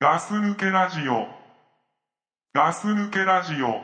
ガス抜けラジオ。ガス抜けラジオ。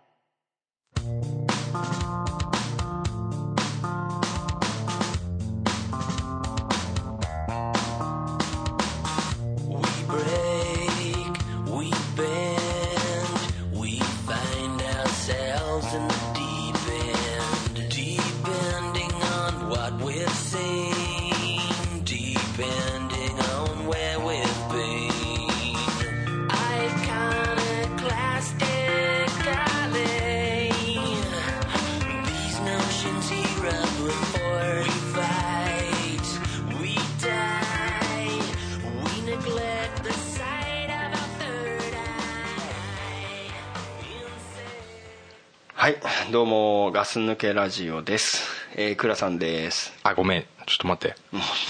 はい、どうもガス抜けラジオです。倉さんです。 あ、ごめん、ちょっと待って。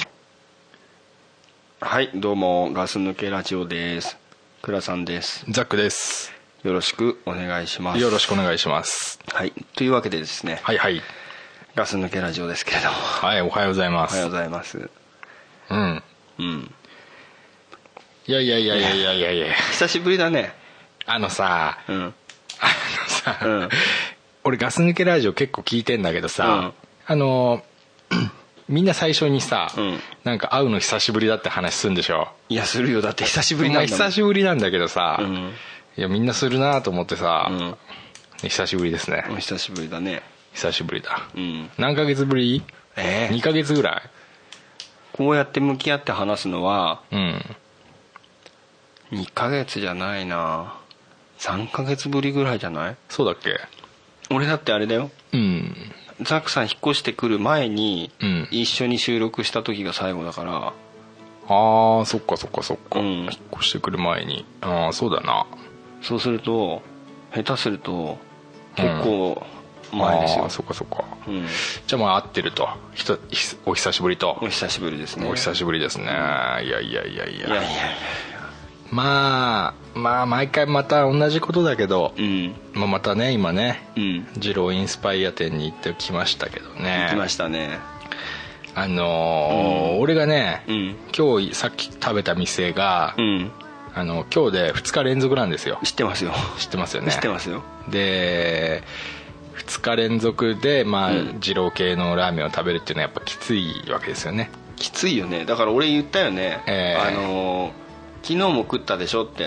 はい、どうもガス抜けラジオです。倉さんです。 ザックです。 よろしくお願いします。 よろしくお願いします。 はい、というわけでですね。 はいはい。 ガス抜けラジオですけれども。 はい、おはようございます。 おはようございます。 うんうん。 いや久しぶりだね。 あのさ、 うん。 うん、俺ガス抜けラジオ結構聞いてんだけどさ、みんな最初にさ、なんか会うの久しぶりだって話するんでしょ。 いやするよ、だって久しぶりなんだもん。 久しぶりなんだけどさ、いやみんなするなと思ってさ、久しぶりですね。 久しぶりだね。 久しぶりだ。何ヶ月ぶり？2ヶ月ぐらい。 こうやって向き合って話すのは、2ヶ月じゃないな、3ヶ月ぶりぐらいじゃない？ そうだっけ？ 俺だってあれだよ、ザックさん引っ越してくる前に一緒に収録した時が最後だから。 ああ、そっか、引っ越してくる前に。ああ、そうだな。 そうすると下手すると結構前ですよ。 そっか、じゃあまあ合ってると。お久しぶりと。 お久しぶりですね。 お久しぶりですね。いやまあ毎回また同じことだけど、またね今ね、二郎インスパイア店に行ってきましたけどね。 行きましたね。 俺がね、今日さっき食べた店が、今日で2日連続なんですよ。 知ってますよ。 知ってますよね。 知ってますよ。 で2日連続で二郎系のラーメンを食べるっていうのはやっぱきついわけですよね。 きついよね。だから俺言ったよね、昨日も食ったでしょって、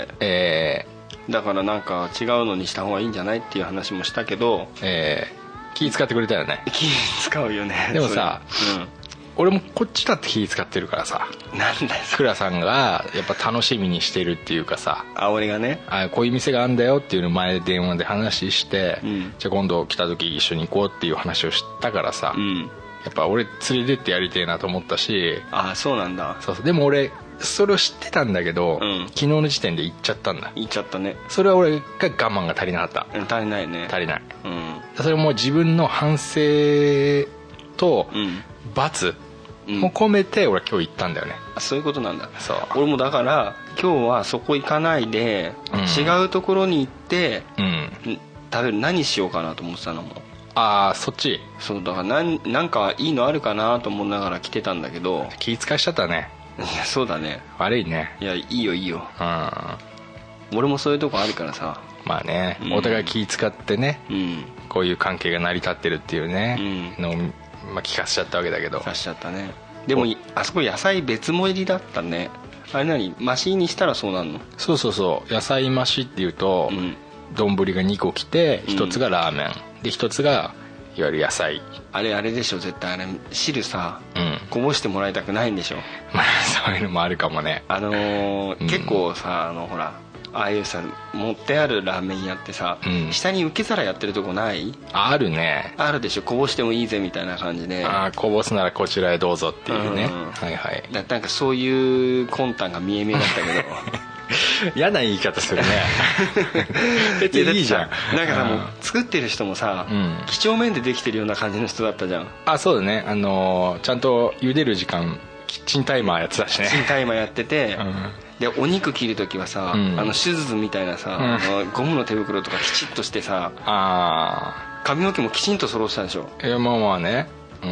だからなんか違うのにした方がいいんじゃないっていう話もしたけど、 気使ってくれたよね。 気使うよね。 でもさ、俺もこっちだって気使ってるからさ。 なんだよ倉さんがやっぱ楽しみにしてるっていうかさ、 俺がね、 こういう店があるんだよっていうのを前で電話で話して、じゃあ今度来た時一緒に行こうっていう話をしたからさ、やっぱ俺連れてってやりてえなと思ったし。 そうなんだ。 そうでも俺それを知ってたんだけど、昨日の時点で行っちゃったんだ。 行っちゃったね。 それは俺が我慢が足りなかった。 足りないね。 足りない、それも自分の反省と罰も込めて俺は今日行ったんだよね。 そういうことなんだ。 そう。 俺もだから今日はそこ行かないで、違うところに行って、食べる。何しようかなと思ってたのも。 そっち。 そうだからなんかいいのあるかなと思いながら来てたんだけど。 気使いしちゃったね。 いやそうだね。 悪いね。 いやいいよ、俺もそういうとこあるからさ。 まあね、お互い気使ってね、こういう関係が成り立ってるっていうね、のを聞かせちゃったわけだけど。 聞かせちゃったね。でもあそこ野菜別盛りだったね。あれ何増しにしたらそうなんの？ そう野菜増しっていうと、丼が2個来て1つがラーメン、で1つがいわゆる野菜。あれでしょ絶対。あれ汁さ、こぼしてもらいたくないんでしょ。 まあそういうのもあるかもね。 結構さほらああいうさ持ってあるラーメン屋ってさ、下に受け皿やってるとこない？ あるね。 あるでしょ。こぼしてもいいぜみたいな感じで。 こぼすならこちらへどうぞっていうね。はいはい。 なんかそういう魂胆が見え見えだったけど嫌な言い方するね別にいいじゃん。 なんかさもう作ってる人もさ、几帳面でできてるような感じの人だったじゃん。 そうだね。ちゃんと茹でる時間キッチンタイマーやってたしね。 キッチンタイマーやってて、でお肉切る時はさ、手術みたいなさ、ゴムの手袋とかきちっとしてさ、髪の毛もきちんと揃ってたでしょ。 まあね、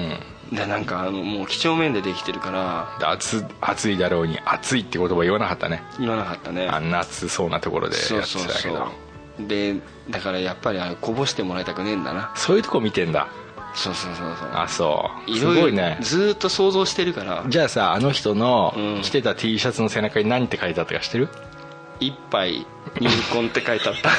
でなんかもう几帳面でできてるから暑いだろうに暑いって言葉言わなかったね。 言わなかったね。 あんな暑そうなところでやってたけど。そうそうそう。 でだからやっぱりこぼしてもらいたくねえんだな。 そういうとこ見てんだ。 そうそうそうそう。 あ、そうすごいね。ずっと想像してるから。 じゃあさ、あの人の着てた T シャツの背中に何って書いてあったか知ってる？ 一杯入魂って書いてあった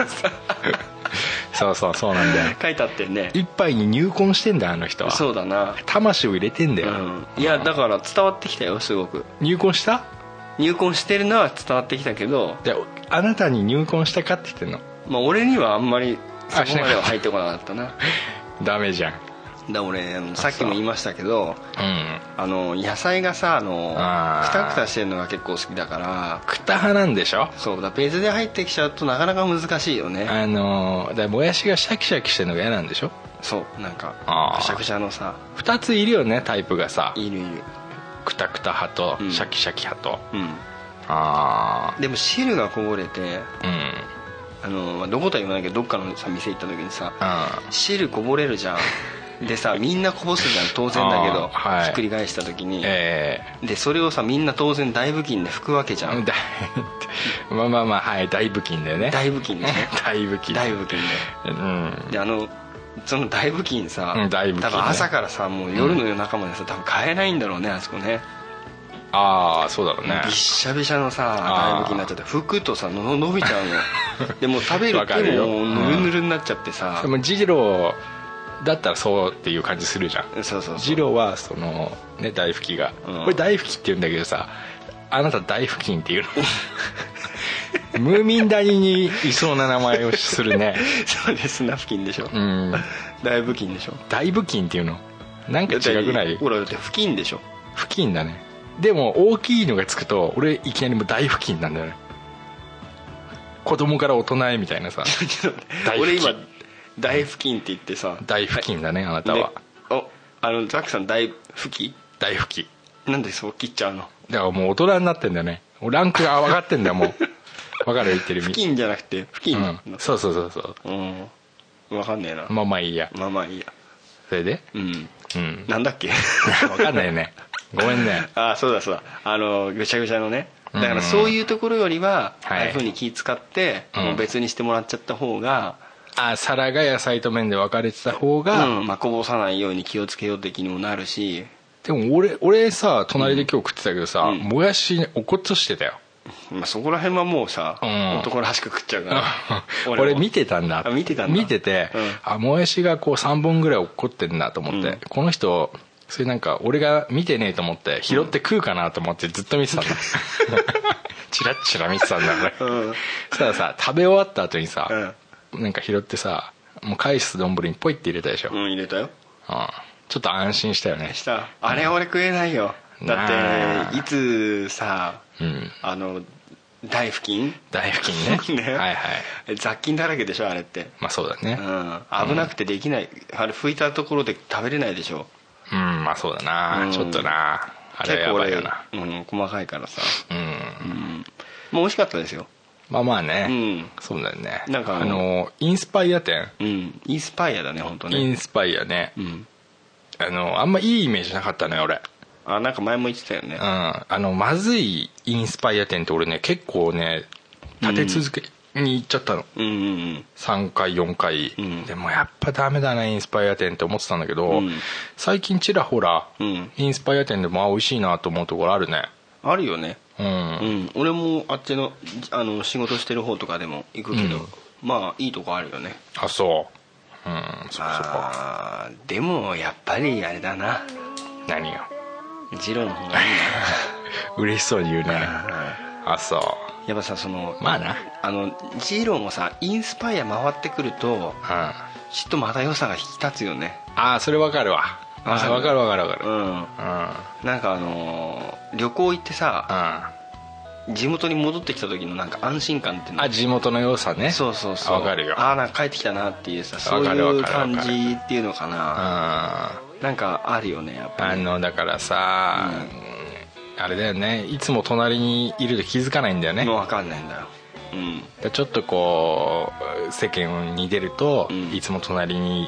そうなんだよ。 書いてあってね。 一杯に入魂してんだよあの人は。 そうだな。 魂を入れてんだよ、 いやだから伝わってきたよすごく。 入魂した？ 入魂してるのは伝わってきたけど。 であなたに入魂したかって言ってんの？ まあ俺にはあんまりそこまでは入ってこなかったなダメじゃん。 だ俺さっきも言いましたけど、野菜がさクタクタしてるのが結構好きだから。 クタ派なんでしょ？ そうだ、別で入ってきちゃうとなかなか難しいよね。 だもやしがシャキシャキしてるのが嫌なんでしょ？ そうなんかくしゃくしゃのさ 2ついるよねタイプがさ。 いるクタクタ派とシャキシャキ派と。 でも汁がこぼれて、どことは言わないけどどっかのさ店行った時にさ汁こぼれるじゃんでさみんなこぼすじゃん当然だけど、ひっくり返した時に、でそれをさみんな当然大布巾で拭くわけじゃんまあはい大布巾だよね。 大布巾でね大布巾で、でその大布巾さ、多分朝からさもう夜の夜中までさ多分買えないんだろうねあそこね。 ああそうだろうね。 びっしゃびしゃのさ大布巾になっちゃって拭くとさ伸びちゃうのでも食べる手もぬるぬるになっちゃってさ。 でもジローだったらそうっていう感じするじゃん。 そうジローはそのね大拭きが、これ大拭きって言うんだけどさ、あなた大拭きんっていうのムーミン谷にいそうな名前をするねそうですな、布巾でしょ。大布巾でしょ。 大布巾っていうのなんか違くない？ ほらだって布巾でしょ。 布巾だね。でも大きいのがつくと俺いきなりもう大布巾なんだよね。子供から大人へみたいなさ俺今大布巾って言ってさ。 大布巾だね、あなたは。 ザックさん大布巾？ 大布巾なんでそう切っちゃうの？ だからもう大人になってんだよね。ランクが上がってんだよもう分かる言ってる意味。 布巾じゃなくて布巾、 そう分かんねえな。 まあいいや。それでなんだっけ分かんないよねごめんね。 そうだぐちゃぐちゃのね。だからそういうところよりはああいう風に気使ってもう別にしてもらっちゃった方が、 皿が野菜と麺で分かれてた方が、 こぼさないように気をつけよう的にもなるし。 でも俺さ隣で今日食ってたけどさ、もやしおこっとしてたよ。 そこら辺はもうさ、男らしく食っちゃうから俺見てたんだ。見てて、もやしがこう3本ぐらい落っこってんだと思って、この人それなんか俺が見てねえと思って拾って食うかなと思ってずっと見てたんだチラッチラ見てたんだ俺、そしたらさ食べ終わった後にさ、なんか拾ってさもう返す丼にポイって入れたでしょ。 入れたよ。 ちょっと安心したよね。 あれ俺食えないよ。だっていつさ大布巾ね雑菌だらけでしょあれって。 そうだね。 危なくてできない。あれ拭いたところで食べれないでしょ。 そうだな、ちょっとなあれやばいよな。 細かいからさ。もう美味しかったですよ。 まあね、そうだよね。 なんかインスパイア店、 インスパイアだね本当ね。 インスパイアね、あんまいいイメージなかったね俺。 なんか前も言ってたよね。 まずいインスパイア店って俺ね結構ね立て続けに行っちゃったの、3回4回、でもやっぱダメだなインスパイア店って思ってたんだけど、最近ちらほら、インスパイア店でも美味しいなと思うところあるね。 あるよね。俺もあっちの仕事してる方とかでも行くけど、まあいいとこあるよね。 そうでもやっぱりあれだな。 何よ。 ジローの方がいいな嬉しそうに言うね。そうやっぱさまあなジローもさインスパイア回ってくると、きっとまた良さが引き立つよね。 それ分かるわ。分かる。 なんか旅行行ってさ、地元に戻ってきた時のなんか安心感っていうの。 地元の良さね。 そう分かるよ。 なんか帰ってきたなっていうさ、そういう感じっていうのかな。なんかあるよねやっぱり。 だからさ、あれだよね、いつも隣にいると気づかないんだよね。 もう分かんないんだよ。 ちょっとこう世間に出ると、いつも隣に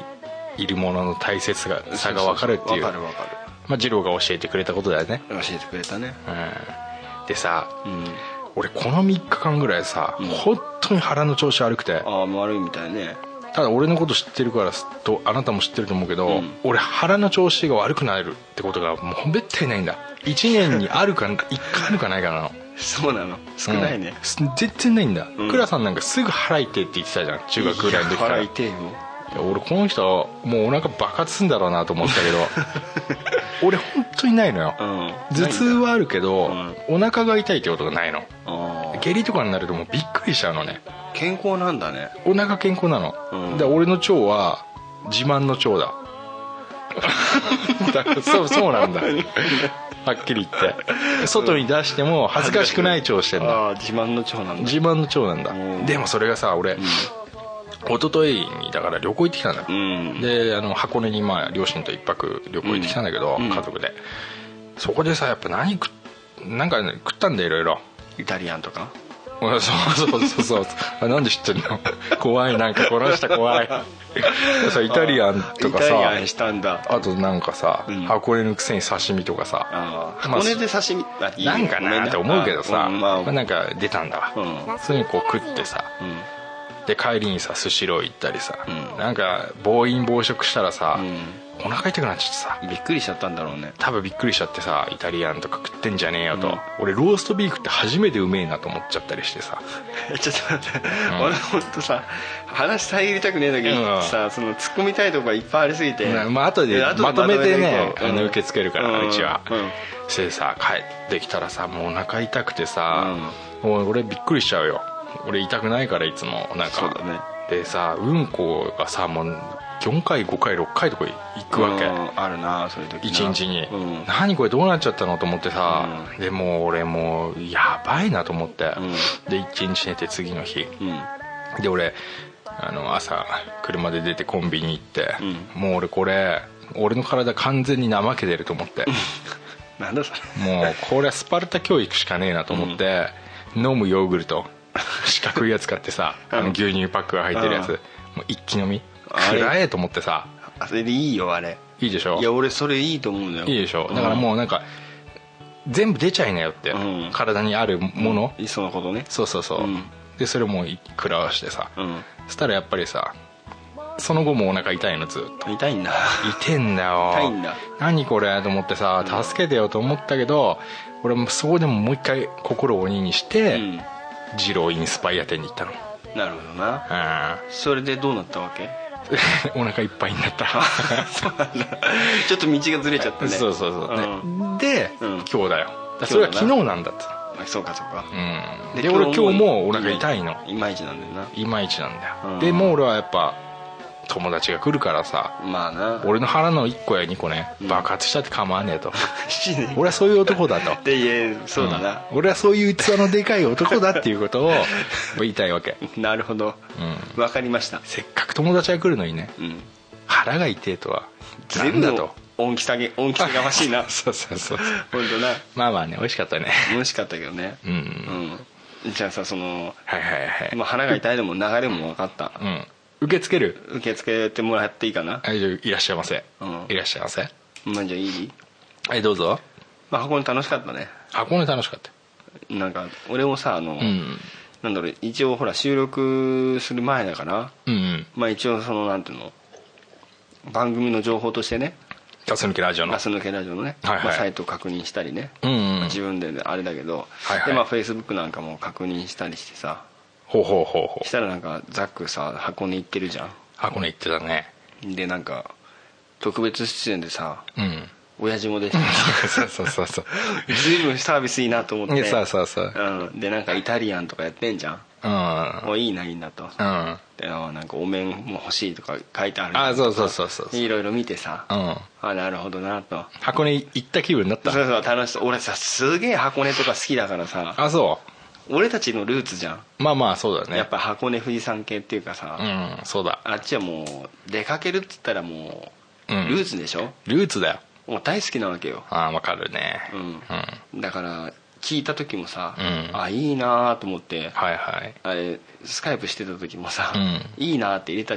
いるものの大切さが分かるっていう。 分かる。 まあ二郎が教えてくれたことだよね。 教えてくれたね。 でさ、俺この3日間ぐらいさ、本当に腹の調子悪くて。 悪いみたいね。 ただ俺のこと知ってるからとあなたも知ってると思うけど、俺腹の調子が悪くなるってことがもうめったにないんだ。1年にあるか1回あるかないかなの。 そうなの。少ないね。 全然ないんだ。倉さんなんかすぐ腹痛いって言ってたじゃん、中学ぐらいの時から。 腹痛いよ。 俺この人もうお腹爆発するんだろうなと思ったけど俺本当にないのよ、頭痛はあるけど、お腹が痛いってことがないの。下痢とかになるともうびっくりしちゃうのね。 健康なんだね。 お腹健康なの、で俺の腸は自慢の腸だだからそうなんだはっきり言って外に出しても恥ずかしくない腸してんだ。 自慢の腸なんだ。 自慢の腸なんだ。でもそれがさ、俺、一昨日にだから旅行行ってきたんだよ、で箱根に両親と一泊旅行行ってきたんだけど、家族で。そこでさ、やっぱなんか、ね、食ったんだよ、いろいろ。 イタリアンとか。 そうなんで知ってるの怖い、なんかこの人怖いイタリアンとかさ、 イタリアンしたんだ。 あとなんかさ、箱根のくせに刺身とかさ、 箱根で刺身なんかなって思うけどさ、なんか出たんだわ、それにこう食ってさ、で帰りにさスシロー行ったりさ、なんか暴飲暴食したらさ、お腹痛くなっちゃってさ、 びっくりしちゃったんだろうね。 多分びっくりしちゃってさ、イタリアンとか食ってんじゃねえよと、俺ローストビーフって初めてうめえなと思っちゃったりしてさちょっと待って、俺ほんとさ、話遮りたくねえんだけどさ、その突っ込みたいとこがいっぱいありすぎて、 後でまとめてね、受け付けるから、うちは。それでさ、帰ってきたらさ、もうお腹痛くてさ、もう俺びっくりしちゃうよ。俺痛くないから、いつもお腹。 そうだね。 でさ、うんこがさ、もう4回5回6回とか行くわけ。 あるな、そういう時な。 1日に、何これどうなっちゃったのと思ってさ、でもう俺もうやばいなと思って、で1日寝て次の日、で俺朝車で出てコンビニ行って、もう俺の体完全に怠けてると思ってなんだそれ。 もうこれはスパルタ教育しかねえなと思って、飲むヨーグルト四角いやつ買ってさ、牛乳パックが入ってるやつ、もう一気飲み食らえと思ってさ。 それでいいよ、あれ。 いいでしょ。 いや俺それいいと思うんだよ。 いいでしょ。だからもうなんか全部出ちゃいなよって、体にあるもの、 いっそのことね。 そう、でそれをもう食らわしてさ、そしたらやっぱりさ、その後もお腹痛いのずっと。 痛いんだ。 痛いんだよ。 痛いんだ。 何これと思ってさ、助けてよと思ったけど、俺もそこでももう一回心を鬼にして、二郎インスパイア店に行ったの。 なるほどな。それでどうなったわけ？ お腹いっぱいになったそうなんだ。ちょっと道がずれちゃったね。 そう、で、今日だよ。それは昨日なんだって。 そうか。 で俺今日もお腹痛いの。 いまいちなんだよな。 いまいちなんだよ。でもう俺はやっぱ友達が来るからさ、 まあな、 俺の腹の1個や2個ね、爆発したって構わねえと俺はそういう男だとで、そうだな、 俺はそういう器のでかい男だっていうことを言いたいわけなるほど、分かりました。 せっかく友達が来るのにね、腹が痛えとは全部だと恩着せがましいなそう本当な。 まあね、美味しかったね。 美味しかったけどね。じゃあさ、その腹が痛いのも流れも分かった。受け付けてもらっていいかな。 いらっしゃいませ。いらっしゃいませ。 まあじゃあいい？ はいどうぞ。 箱根楽しかったね。 箱根楽しかった。 なんか俺もさ、なんだろう、一応ほら収録する前だから、まあ一応そのなんていうの、番組の情報としてね、 ガス抜けラジオのね、サイトを確認したりね、自分であれだけど、でまあフェイスブックなんかも確認したりしてさ、したらなんかザックさ箱根行ってるじゃん。 箱根行ってたね。 でなんか特別出演でさ、親父も出てそう随分サービスいいなと思って、 そうでなんかイタリアンとかやってんじゃん。もういいなと、でなんかお面も欲しいとか書いてある。 そういろいろ見てさ、なるほどなと。 箱根行った気分になった。 そう楽しそう。俺さすげえ箱根とか好きだからさ。 そう俺たちのルーツじゃん。 まあそうだね。 やっぱ箱根富士山系っていうかさ、 そうだ。 あっちはもう出かけるっつったらもうルーツでしょ。 ルーツだよ。 もう大好きなわけよ。 わかるね。 だから聞いた時もさ、いいなと思って、あれスカイプしてた時もさ、いいなって入れたじゃん。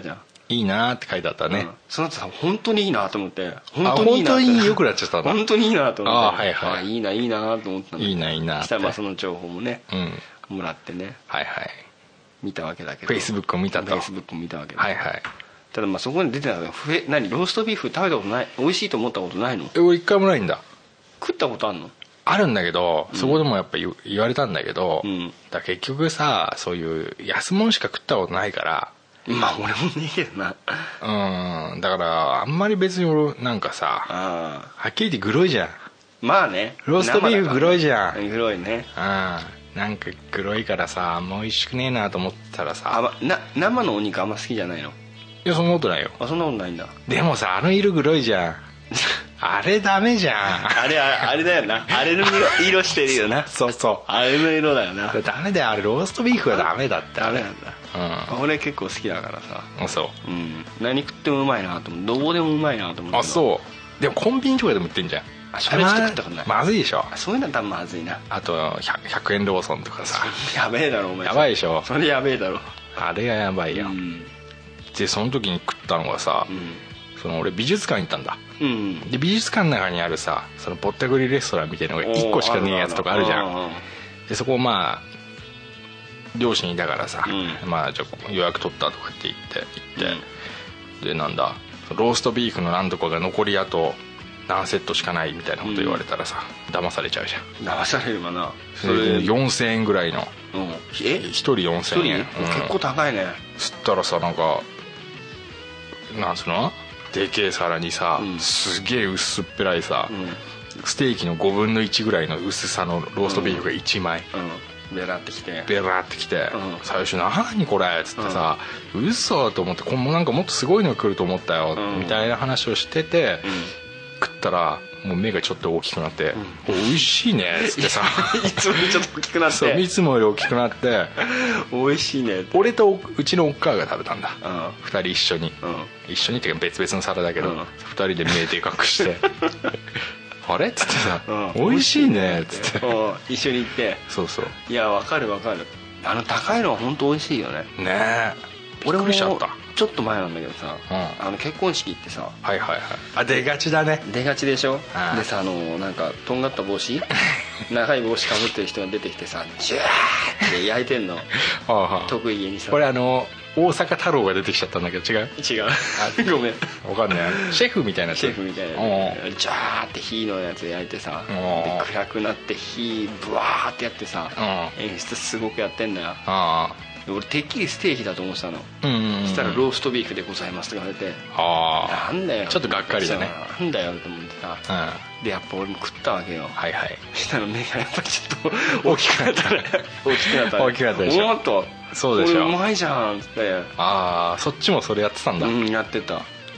いいなって書いてあったね、 その後さ本当にいいなと思って、 本当に良くなっちゃったの。 本当にいいなと思って、 はいはい、 いいないいなと思ったんだ。 いいないいなって。 したらその情報もね、もらってね、 はいはい、 見たわけだけど、 フェイスブックを見たと。 フェイスブックを見たわけだ。 はいはい。 ただそこに出てたのが何、ローストビーフ食べたことない、美味しいと思ったことないの？ 俺一回もないんだ。 食ったことあんの？ あるんだけど、そこでもやっぱ言われたんだけど、だ結局さ、そういう安物しか食ったことないから。 まあ俺もねえけどな。 だからあんまり別に俺なんかさ、はっきり言ってグロいじゃん。 まあね、 ローストビーフグロいじゃん。グロいね。 なんかグロいからさ、あんま美味しくねえなと思ったらさ、 生のお肉あんま好きじゃないの？ いやそんなことないよ。 そんなことないんだ。 でもさ、色グロいじゃん。あれダメじゃん。 あれだよな、あれの色してるよな。 そうそう、 あれの色だよな。 ダメだよ、あれローストビーフはダメだって。 ダメなんだ。俺結構好きだからさ。 そう、 何食ってもうまいなと思う、どうでもうまいなと思う。 そうでもコンビニとかでも売ってんじゃん。 それちょっと食ったことない。 まずいでしょ。 そういうのは多分まずいな。 あと100円ローソンとかさ、 やべえだろお前。 やばいでしょ。 それやべえだろ。 あれがやばいよ。でその時に食ったのがさ、俺美術館行ったんだ。で美術館の中にあるさ、そのぼったくりレストランみたいなのが1個しかねえやつとかあるじゃん。でそこまあ両親いたからさ、まあじゃあ予約取ったとかって行ってで、なんだローストビーフの何とかが残りあと何セットしかないみたいなこと言われたらさ、騙されちゃうじゃん。 騙されるわな。 それで4000円ぐらいの、1人4000円、 結構高いね。 つったらさ、なんかなんつうの、でけえ皿にさ、すげえ薄っぺらいさ、ステーキの5分の1ぐらいの薄さのローストビーフが1枚、 ベラってきて、 最初何これっつってさ、嘘と思って、なんかもっとすごいの来ると思ったよ、みたいな話をしてて、食ったらもう目がちょっと大きくなって「美味しいね」っつってさいつもよりちょっと大きくなって、 そういつもより大きくなって美味しいねって。 俺とうちのおっかあが食べたんだ、2人一緒に、一緒にっていうか別々の皿だけど、2人で目でかくしてあれっつってさ「美味しいね」っつって一緒に行って。 そうそう、 いや分かる分かる。高いのは本当美味しいよね。 ねえ、俺もちょっと前なんだけどさ、結婚式行ってさ、 出がちだね。 出がちでしょ。でさ、なんかとんがった帽子長い帽子かぶってる人が出てきてさ、ジューって焼いてんの得意げにさ。 これ大阪太郎が出てきちゃったんだけど、違うごめん、 分かんない。シェフみたいなやつ、 シェフみたいなジャーって火のやつ焼いてさ、で暗くなって火ブワーってやってさ、演出すごくやってんだよ。俺てっきりステーキだと思ってたの。そしたらローストビーフでございますって言われて、なんだよ、 ちょっとがっかりだね。 なんだよと思ってさ、でやっぱ俺も食ったわけよ。そしたら目がやっぱりちょっと大きくなったね。大きくなったでしょ。 そうでしょ。 これうまいじゃんって。 そっちもそれやってたんだ。 やってた。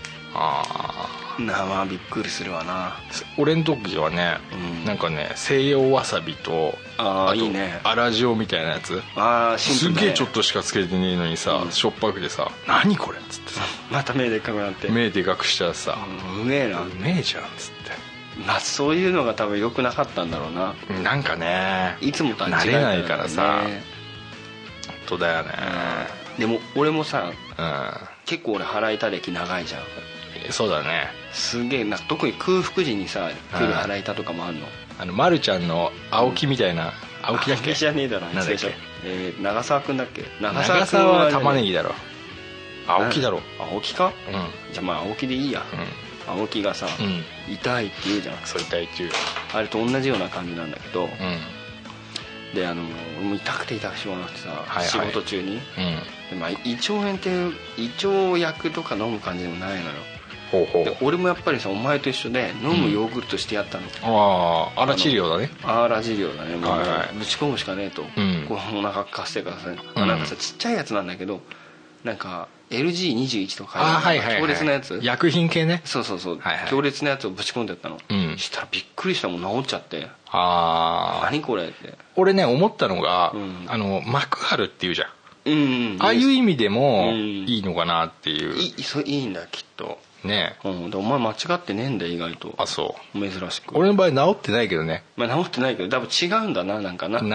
まあびっくりするわな。 俺の時はね、なんかね、西洋わさびといいね、 粗塩みたいなやつ、すげえちょっとしかつけてねえのにさ、しょっぱくてさ、何これっつってさ、 また目でかくなって、 目でかくしたらさ、 うめえな、 うめえじゃんっつって。 まあそういうのが多分良くなかったんだろうな。 なんかね、 いつもとは違う、 慣れないからさ。本当だよね。 でも俺もさ、結構俺払いた歴長いじゃん。 そうだね。 すげえな、特に空腹時にさ来る払いたとかもあるの。 まるちゃんの青木みたいな、青木だっけ？ 青木じゃねえだろ、なんだっけ、長澤君だっけ。 長澤は玉ねぎだろ。青木だろ。 青木か。じゃあまあ青木でいいや。青木がさ、痛いって言うじゃん。 そう、痛いって言う。 あれと同じような感じなんだけど、で俺も痛くて痛くしょうがなくてさ、仕事中に、でまあ胃腸炎っていう胃腸薬とか飲む感じでもないのよ。で俺もやっぱりさ、お前と一緒で飲むヨーグルトしてやったの。 あら治療だね。 あら治療だね。もうぶち込むしかねえと、こうお腹貸してからさ、なんかさちっちゃいやつなんだけど、なんか LG21 とか強烈なやつ、 薬品系ね。 そう強烈なやつをぶち込んでやったの。したらびっくりした、もん治っちゃって。何これって。俺ね思ったのが、幕張っていうじゃん。ああいう意味でもいいのかなっていう。いいんだきっとね。 お前間違ってねえんだよ、意外と。 そう珍しく。 俺の場合治ってないけどね。 まあ治ってないけど多分違うんだな、なんかな。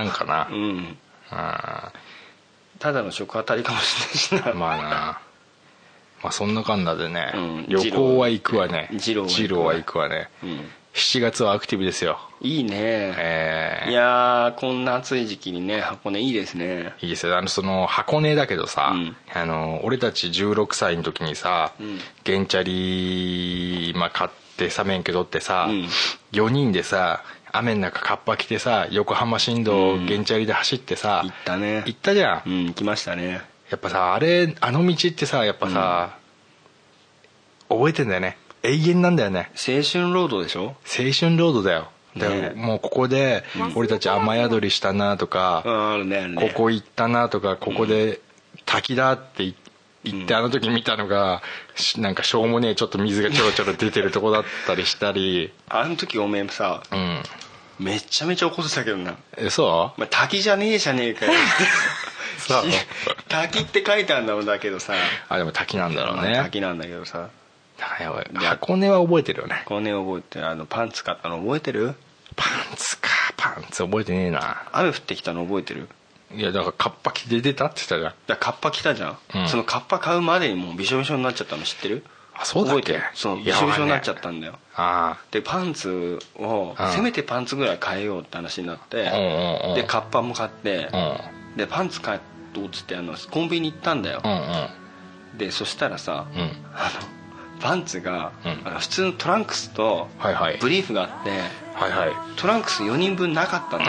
ただの食当たりかもしれないしな。 まあな。 まあそんなかんなでね、旅行は行くわね。 ジローは行くわね。7月はアクティブですよ。 いいね。いやこんな暑い時期にね、箱根いいですね。 いいですよ。その箱根だけどさ、俺たち16歳の時にさ、原チャリ、買ってさ、免許取ってさ、4人でさ、雨の中カッパ着てさ、横浜新道原チャリで走ってさ、 行ったね。 行ったじゃん。行きましたね。 やっぱさ、あの道ってさ、やっぱさ、覚えてんだよね。永遠なんだよね。 青春ロードでしょ。 青春ロードだよ。でもうここで俺たち雨宿りしたなとか、ここ行ったなとか、ここで滝だって言って、あの時見たのがなんかしょうもねえちょっと水がちょろちょろ出てるとこだったりしたり。 あの時おめえさ、めちゃめちゃ怒ってたけどな。 そう？ 滝じゃねえじゃねえかよそう滝って書いてあるんだもんだけどさ。 でも滝なんだろうね。 滝なんだけどさ。 箱根は覚えてるよね。 箱根覚えてる。パンツ買ったの覚えてる？ パンツ覚えてねえな。 雨降ってきたの覚えてる？ いやだからカッパ着て出たって言ったじゃん。 カッパ着たじゃん、そのカッパ買うまでにもうびしょびしょになっちゃったの知ってる？ そうだっけ？ そうびしょびしょになっちゃったんだよ。でパンツをせめてパンツぐらい買えようって話になって、でカッパも買って、でパンツ買おうっつってコンビニ行ったんだよ。でそしたらさ、パンツが、普通のトランクスとブリーフがあって、トランクス4人分なかったんだ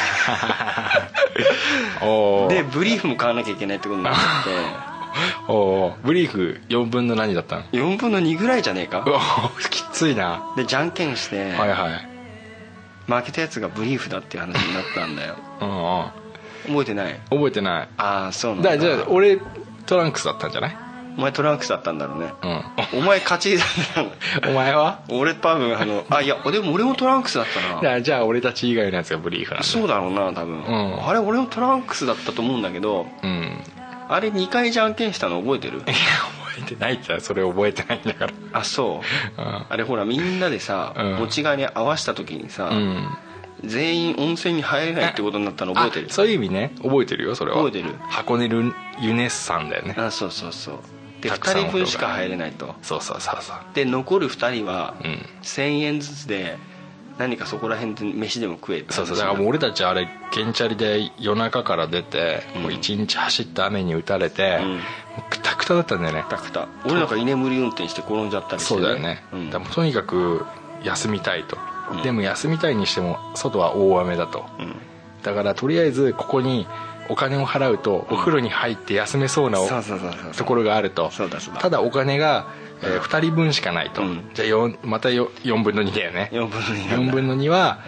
よでブリーフも買わなきゃいけないってことになっちゃってブリーフ4分の何だったの ？4分の2ぐらいじゃねえか。 きついな。 でじゃんけんして、負けたやつがブリーフだっていう話になったんだよ覚えてない？ 覚えてない。 そうなんだ。 じゃあ俺トランクスだったんじゃない？ お前トランクスだったんだろうね。お前勝ちだったお前は？ 俺多分いやでも俺もトランクスだったな。 じゃあ俺たち以外のやつがブリーフなんだ。 そうだろうな多分、あれ俺もトランクスだったと思うんだけど、あれ2回じゃんけんしたの覚えてる？いや覚えてないって。それ覚えてないんだから。 そう、あれほらみんなでさ、持ち側に合わせた時にさ、全員温泉に入れないってことになったの覚えてる？ そういう意味ね。覚えてるよそれは。 覚えてる？ 箱根ユネッサンだよね。 そうで2人分しか入れないと。 そうで残る2人は1000円ずつで何かそこら辺で飯でも食えって。 だからもう俺たちあれ原チャリで夜中から出て、もう1日走って雨に打たれて、もうクタクタだったんだよね。 クタクタ。俺なんか居眠り運転して転んじゃったりして、 そうだよね、だからとにかく休みたいと、でも休みたいにしても外は大雨だと、だからとりあえずここにお金を払うとお風呂に入って休めそうなところがあると。ただお金が2人分しかないと、じゃあまた4分の2だよね。4分の2は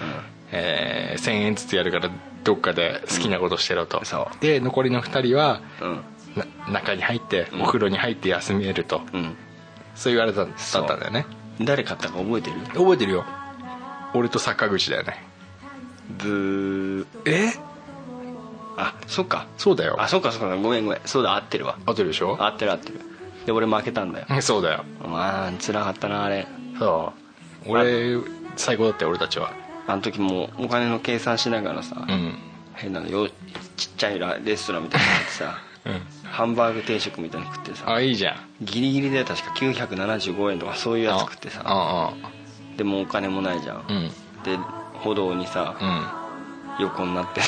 1000円ずつやるからどっかで好きなことしてろと、で残りの2人は中に入ってお風呂に入って休めると、そう言われたんだよね。 誰買ったか覚えてる？ 覚えてるよ。俺と坂口だよね。 ブー。そっか。 そうだよ。 そっかごめんそうだ合ってるわ。 合ってるでしょ？ 合ってるで俺負けたんだよ。 そうだよ。 辛かったなあれ。 俺最高だったよ俺たちは。 あの時もお金の計算しながらさ、変なのちっちゃいレストランみたいなのってさ、ハンバーグ定食みたいなの食ってさ、 いいじゃん。 ギリギリで確か975円とかそういうやつ食ってさ、でもお金もないじゃん、で歩道にさ、横になってさ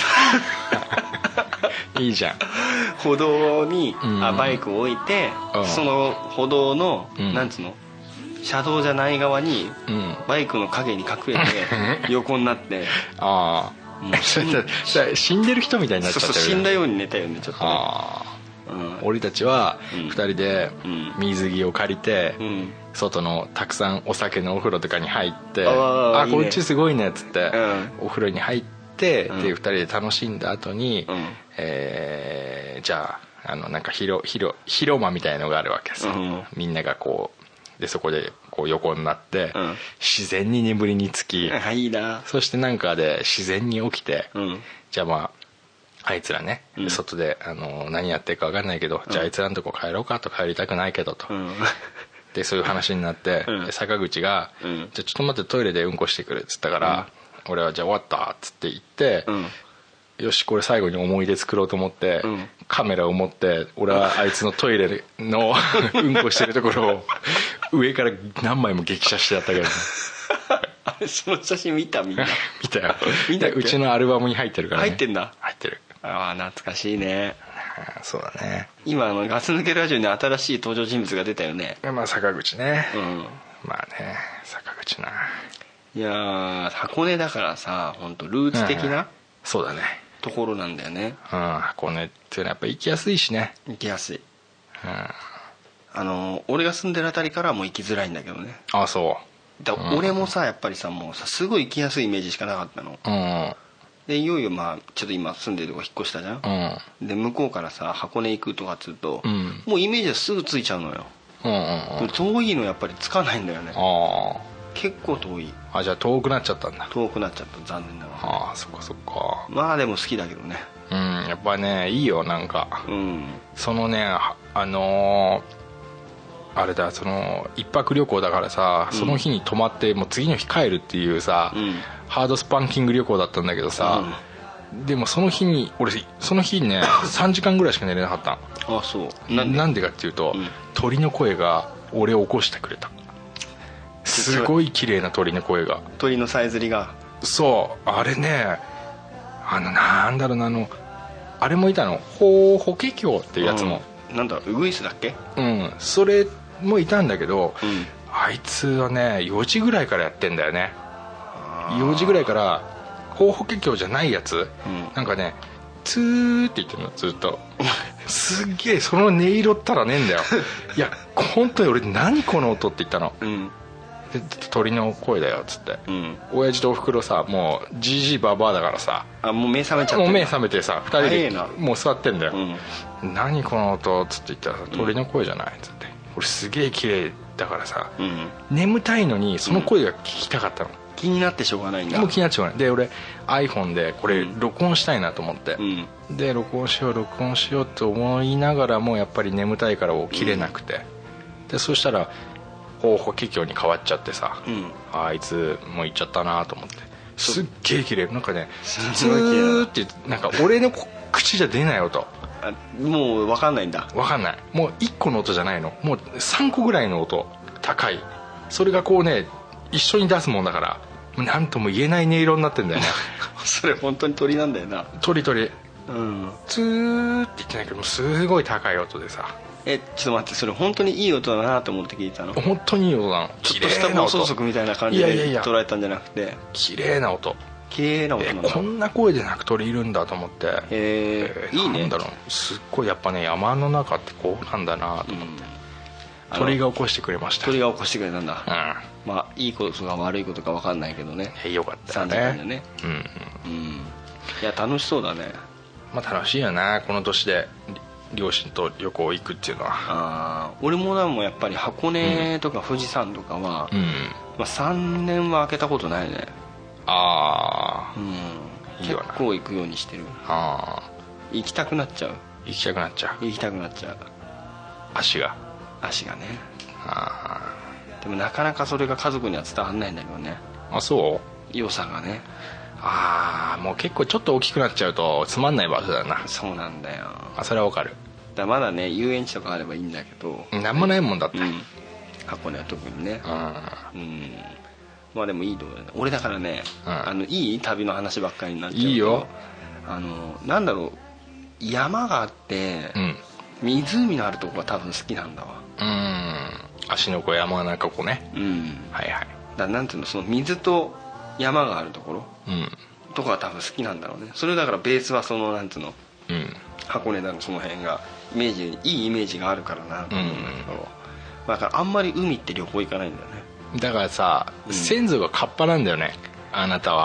いいじゃん。 歩道にバイクを置いて、その歩道のなんつうの車道じゃない側にバイクの陰に隠れて横になってもう死んでる人みたいになっちゃったよね。 死んだように寝たよねちょっとね。 俺たちは2人で水着を借りて外のたくさんお酒のお風呂とかに入ってこっちすごいねっつってお風呂に入ってで2人で楽しんだ後にじゃあなんか広間みたいのがあるわけさ。みんながこうでそこでこう横になって自然に眠りにつき、 いいな。 そしてなんかで自然に起きて、じゃああいつらね、外で何やってるか分かんないけど、じゃああいつらのとこ帰ろうかと、帰りたくないけどと、でそういう話になって、坂口が、じゃあちょっと待ってトイレでうんこしてくれっつったから、俺はじゃあ終わったっつって言って、よしこれ最後に思い出作ろうと思って、 カメラを持って俺はあいつのトイレのうんこしてるところを上から何枚も激写してやったけどねあれその写真見たみんな見たよ。 見たっけ？ うちのアルバムに入ってるからね。 入ってんだ。 入ってる。 ああ懐かしいね。 そうだね。 今ガス抜けラジオに新しい登場人物が出たよね。 まあ坂口ね、 うん、 まあね坂口な。 いや箱根だからさ本当ルーツ的な、 そうだねところなんだよね。 箱根っていうのはやっぱ行きやすいしね。 行きやすい。俺が住んでるあたりからはもう行きづらいんだけどね。 あそうだ俺もさやっぱりさもうさすごい行きやすいイメージしかなかったの。でいよいよまあちょっと今住んでるとこ引っ越したじゃん、で向こうからさ箱根行くとかっつうと、もうイメージはすぐついちゃうのよ、遠いのやっぱりつかないんだよね。結構遠い。 じゃあ遠くなっちゃったんだ。 遠くなっちゃった残念ながら。 そっかそっか。 まあでも好きだけどね。 やっぱねいいよなんか、そのねあれだその一泊旅行だからさ、その日に泊まってもう次の日帰るっていうさ、ハードスパンキング旅行だったんだけどさ、でもその日に俺その日ね3時間ぐらいしか寝れなかったの。あそうなんでかっていうと、鳥の声が俺を起こしてくれた。すごい綺麗な鳥の声が。 鳥のさえずりが。 そうあれねなんだろうなあれもいたのホケキョウっていうやつも、 なんだウグイスだっけ。 それもいたんだけど、あいつはね4時ぐらいからやってんだよね。4時ぐらいからホケキョウじゃないやつ、なんかねツーって言ってるのずっとすっげえその音色ったらねえんだよいや本当に俺何この音って言ったの、で鳥の声だよっつって、親父とおふくろさもうじじいばばあだからさもう目覚めちゃってもう目覚めてさ2人でもう座ってんだよ、何この音っつって言ったらさ鳥の声じゃないっつって、俺すげえ綺麗だからさ、眠たいのにその声が聞きたかったの、 気になってしょうがないんだ。 もう気になってしょうがないで俺 iPhone でこれ録音したいなと思って、で録音しようと思いながらもやっぱり眠たいから起きれなくて、でそしたらホケキョウに変わっちゃってさ、あいつもう行っちゃったなと思って、すっげえ綺麗なんかねずーってなんか俺の口じゃ出ない音。 もう分かんないんだ。 分かんない。もう1個の音じゃないの、もう3個ぐらいの音高い、それがこうね一緒に出すもんだから何とも言えない音色になってんだよねそれ本当に鳥なんだよな。 鳥、ツーって言ってないけどもすごい高い音でさ。 ちょっと待って、それ本当にいい音だなと思って聞いたの。 本当にいい音なの。 ちょっとした暴走族みたいな感じで捉えたんじゃなくて綺麗な音。 綺麗な音なんだ。 こんな声で鳴く鳥いるんだと思って、 いいね。 なんだろう、すっごいやっぱね山の中ってこうなんだなと思って、鳥が起こしてくれました。 鳥が起こしてくれたんだ。まあいいことか悪いことか分かんないけどね。 よかったよね。 3時間でね。いや楽しそうだね。 まあ楽しいよなこの年で両親と旅行行くっていうのは。 俺もやっぱり箱根とか富士山とかは、まあ、3年は開けたことないね。結構行くようにしてる。行きたくなっちゃう。 行きたくなっちゃう足がね。でもなかなかそれが家族には伝わんないんだけどね。そう良さがね。もう結構ちょっと大きくなっちゃうとつまんない場所だな。そうなんだよ。それはわかる。まだね遊園地とかあればいいんだけどなんもないもんだって、箱根は特にね。まあでもいいところだね。俺だからね、いい旅の話ばっかりになっちゃうといいよ。なんだろう、山があって、湖のあるとこが多分好きなんだわ。芦ノ湖山中湖ね。はいはい。だなんていうの、その水と山があるところ、とかは多分好きなんだろうね。それだからベースはそのなんていうの、箱根だのその辺がいいイメージがあるからなと思うんだけど、だからあんまり海って旅行行かないんだよね。だからさ、先祖がカッパなんだよねあなたは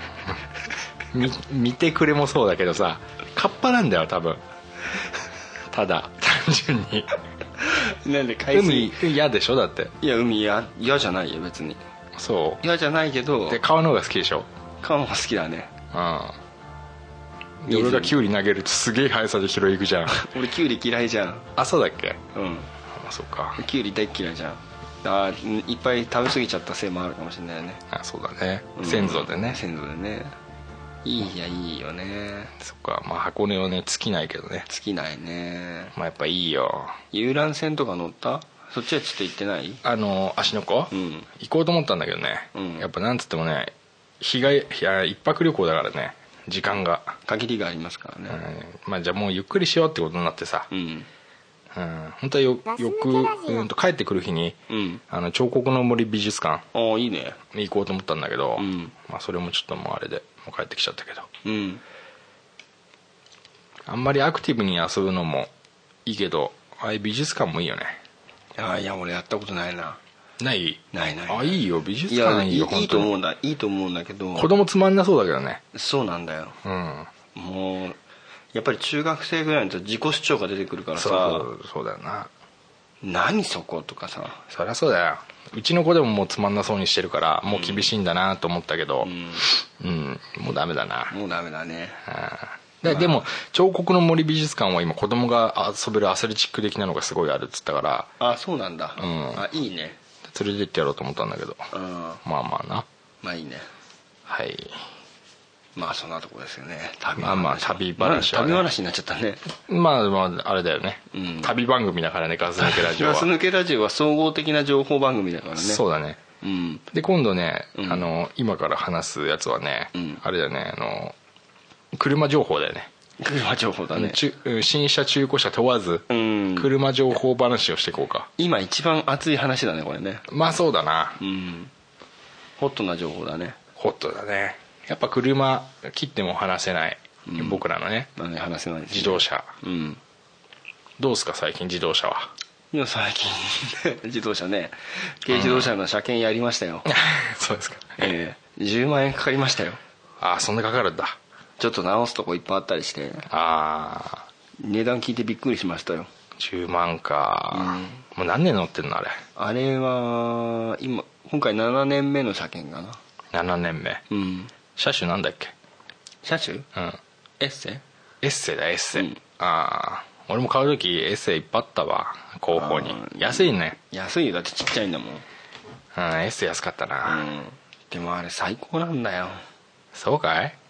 見てくれもそうだけどさカッパなんだよ多分。ただ単純になんで海嫌でしょだって。いや海嫌じゃないよ別に。そう嫌じゃないけど。で川の方が好きでしょ。川の方が好きだね。で俺がキュウリ投げるとすげえ速さで拾い行くじゃん俺キュウリ嫌いじゃん。そうだっけ。そうか。キュウリ大嫌いじゃん。いっぱい食べ過ぎちゃったせいもあるかもしれないよね。そうだね。先祖でね。 いよね。 そっか、まあ箱根はね尽きないけどね。 尽きないね。 まあやっぱいいよ。 遊覧船とか乗った？そっちはちょっと行ってない？ 芦ノ湖、行こうと思ったんだけどね、やっぱなんつってもね一泊旅行だからね、時間が限りがありますからね。 まあじゃあもうゆっくりしようってことになってさ、本当はよく帰ってくる日に、彫刻の森美術館いいね行こうと思ったんだけど、まあそれもちょっともうあれでもう帰ってきちゃったけど、あんまりアクティブに遊ぶのもいいけど、ああいう美術館もいいよね。 いや俺やったことないな。 ない？ ないいいよ、美術館いいよ。 いいと思うんだけど、 子供つまんなそうだけどね。 そうなんだよ。もうやっぱり中学生ぐらいのと自己主張が出てくるからさ。 そうだよな。 何そことかさ。 そりゃそうだよ。うちの子でももうつまんなそうにしてるからもう厳しいんだなと思ったけど、もうダメだな。 もうダメだね。 でも彫刻の森美術館は今子供が遊べるアスレチック的なのがすごいあるっつったから。 そうなんだ。いいね。 連れてってやろうと思ったんだけど、まあまあな。 まあいいね。 はい。 まあそんなとこですよね。 旅話になっちゃったね。 まああれだよね、旅番組だからね、ガス抜けラジオは。 ガス抜けラジオは総合的な情報番組だからね。 そうだね。で今度ね、今から話すやつはね、あれだよね、車情報だよね。 車情報だね。 新車中古車問わず、車情報話をしていこうか。 今一番熱い話だねこれね。 まあそうだな。 ホットな情報だね。 ホットだね。やっぱ車切っても話せない、僕らのね、 話せないですね、 自動車。どうすか最近自動車は。 いや最近自動車ね、軽自動車の車検やりましたよ。 そうですか。 10万円かかりましたよ。 そんなかかるんだ。 ちょっと直すとこいっぱいあったりして、値段聞いてびっくりしましたよ。 10万か。もう何年乗ってんのあれ。 あれは今回7年目の車検かな。 7年目。車種なんだっけ。 車種？エッセだ、エッセ。俺も買う時エッセいっぱいあったわ、後方に。安いね。 安いよ、だってちっちゃいんだもん。 エッセ安かったな。 でもあれ最高なんだよ。 そうかい？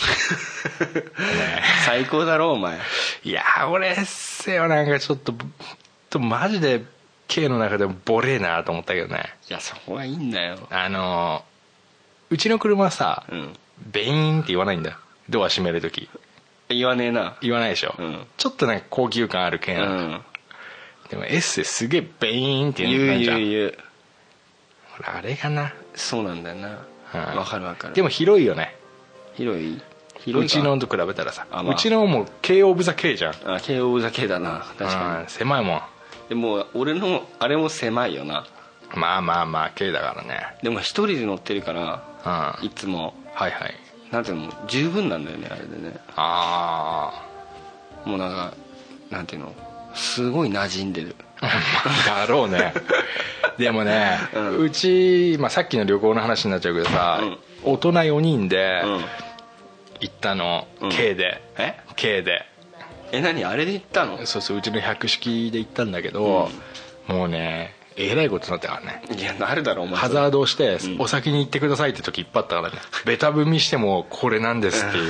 最高だろお前。 いや俺エッセはなんかちょっとマジで軽の中でもボレーなと思ったけどね。 いやそこはいいんだよ。 うちの車さ、ベイーンって言わないんだ、ドア閉めるとき。 言わねえな。 言わないでしょ、ちょっとなんか高級感ある軽なの、でもエッセすげえベイーンって言うじゃん。言うほらあれがな。 そうなんだよな。わかる。 でも広いよね。 広いうちのと比べたらさ、うちのもう軽オブザ軽じゃん。 軽オブザ軽だな。確かに狭いもん。 でも俺のあれも狭いよな。 まあ軽だからね。 でも一人で乗ってるから、いつもなんていうの、十分なんだよねあれでね。もうなんていうの、すごい馴染んでる。 だろうね。でもね、うち、さっきの旅行の話になっちゃうけどさ、大人4人で行ったの、軽で。軽で。 何あれで行ったの？ そう、うちの100式で行ったんだけど、もうねえらいことになったからね。 いやなるだろお前。 ハザードをして、お先に行ってくださいって時いっぱいあったからね。ベタ踏みしてもこれなんですっていう。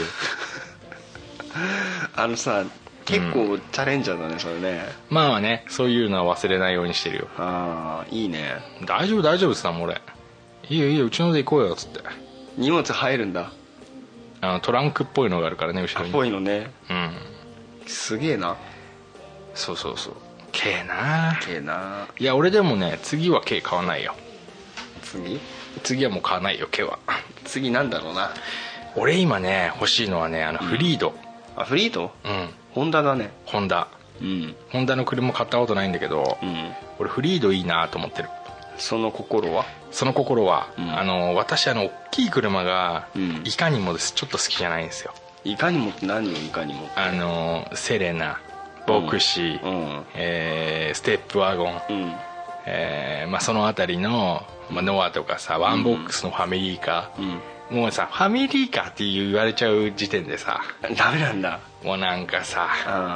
さ結構チャレンジャーだねそれね。 まあね、そういうのは忘れないようにしてるよ。 いいね。 大丈夫って言ったもん俺。いいようちので行こうよっつって。 荷物入るんだ。 トランクっぽいのがあるからね、後ろに。 っぽいのね。すげえな。 そう軽な。いや俺でもね、次は軽買わないよ。次はもう買わないよ軽は。 次なんだろうな。 俺今ね欲しいのはね、フリード。 フリード？ホンダだね。 ホンダの車買ったことないんだけど、俺フリードいいなと思ってる。 その心は、 私大きい車がいかにもです、ちょっと好きじゃないんですよ。 いかにもって何よ。いかにもセレナ、ボクシー、ステップワゴン、そのあたりの、ノアとかさ、ワンボックスのファミリーカー、もうさファミリーカーって言われちゃう時点でさダメなんだ。 もうなんかさ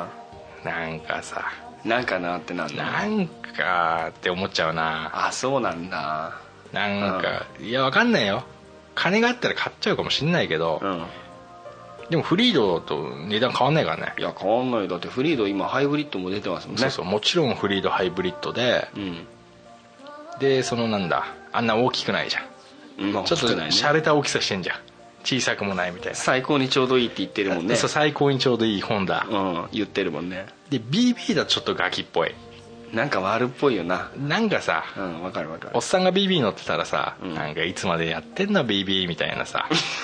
なんかなってなんだ。 なんかって思っちゃうな。 そうなんだ。 なんかいやわかんないよ、金があったら買っちゃうかもしんないけど、 でもフリードと値段変わんないからね。 いや変わんない。だってフリード今ハイブリッドも出てますもんね。 そうそう、もちろんフリードハイブリッドで、でそのなんだあんな大きくないじゃん、ちょっと洒落た大きさしてんじゃん。小さくもないみたいな。 最高にちょうどいいって言ってるもんね。 そう、最高にちょうどいいホンダ、 言ってるもんね。 で BB だとちょっとガキっぽい、 なんか悪っぽいよな。 なんかさ、 わかるわかる。 おっさんが BB 乗ってたらさ、なんかいつまでやってんの BB みたいなさ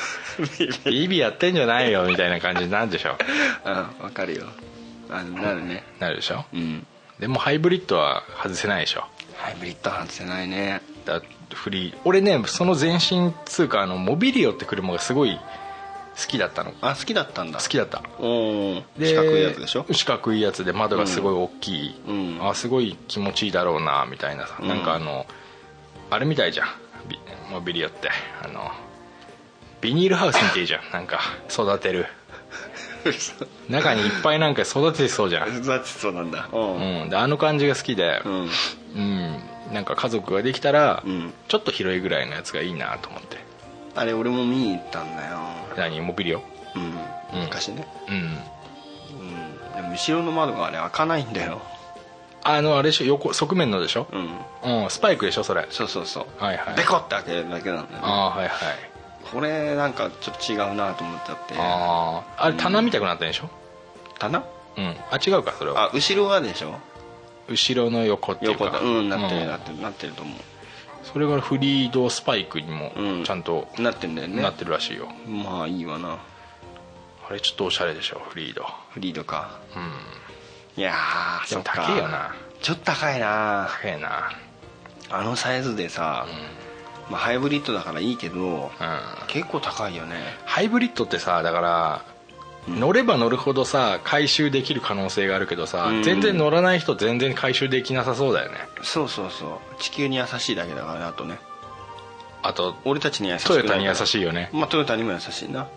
BB やってんじゃないよみたいな感じになるでしょ。 わかるよ。なるね。 なるでしょ。でもハイブリッドは外せないでしょ。 ハイブリッドは外せないね。 フリー、俺ねその前身つうかモビリオって車がすごい好きだったの。 好きだったんだ。 好きだった。 で四角いやつでしょ。 四角いやつで窓がすごい大きい、すごい気持ちいいだろうなみたいなさ、なんかあれみたいじゃんモビリオって、ビニールハウスみたいじゃん、なんか育てる中にいっぱいなんか育ててそうじゃん。 育てそうなんだ。 であの感じが好きで、なんか家族ができたら、ちょっと広いぐらいのやつがいいなと思って。 あれ俺も見に行ったんだよ。 何、モビリオ？ 昔ね。でも後ろの窓があれ開かないんだよ。 あれでしょ、横側面のでしょ。スパイクでしょそれ。 そうそうそう。 はいはい。 ベコって開けるだけなんだよね。 はいはい。 これなんかちょっと違うなと思っちゃって。 あれ棚見たくなったんでしょ。 棚？ 違うかそれは。 後ろがでしょ。 後ろの横っていうか。 なってると思う。 それがフリードスパイクにもちゃんとなってんだよね。 なってるらしいよ。 まあいいわな。 あれちょっとおしゃれでしょフリード。 フリードか。いやー、 でも高いよな。 ちょっと高いな。 高いな。 あのサイズでさ、ハイブリッドだからいいけど、結構高いよね。 ハイブリッドってさ、だから乗れば乗るほどさ回収できる可能性があるけどさ、全然乗らない人全然回収できなさそうだよね。 そうそうそう。地球に優しいだけだからね。あと俺たちに優しくないから。トヨタに優しいよね。 トヨタにも優しいな。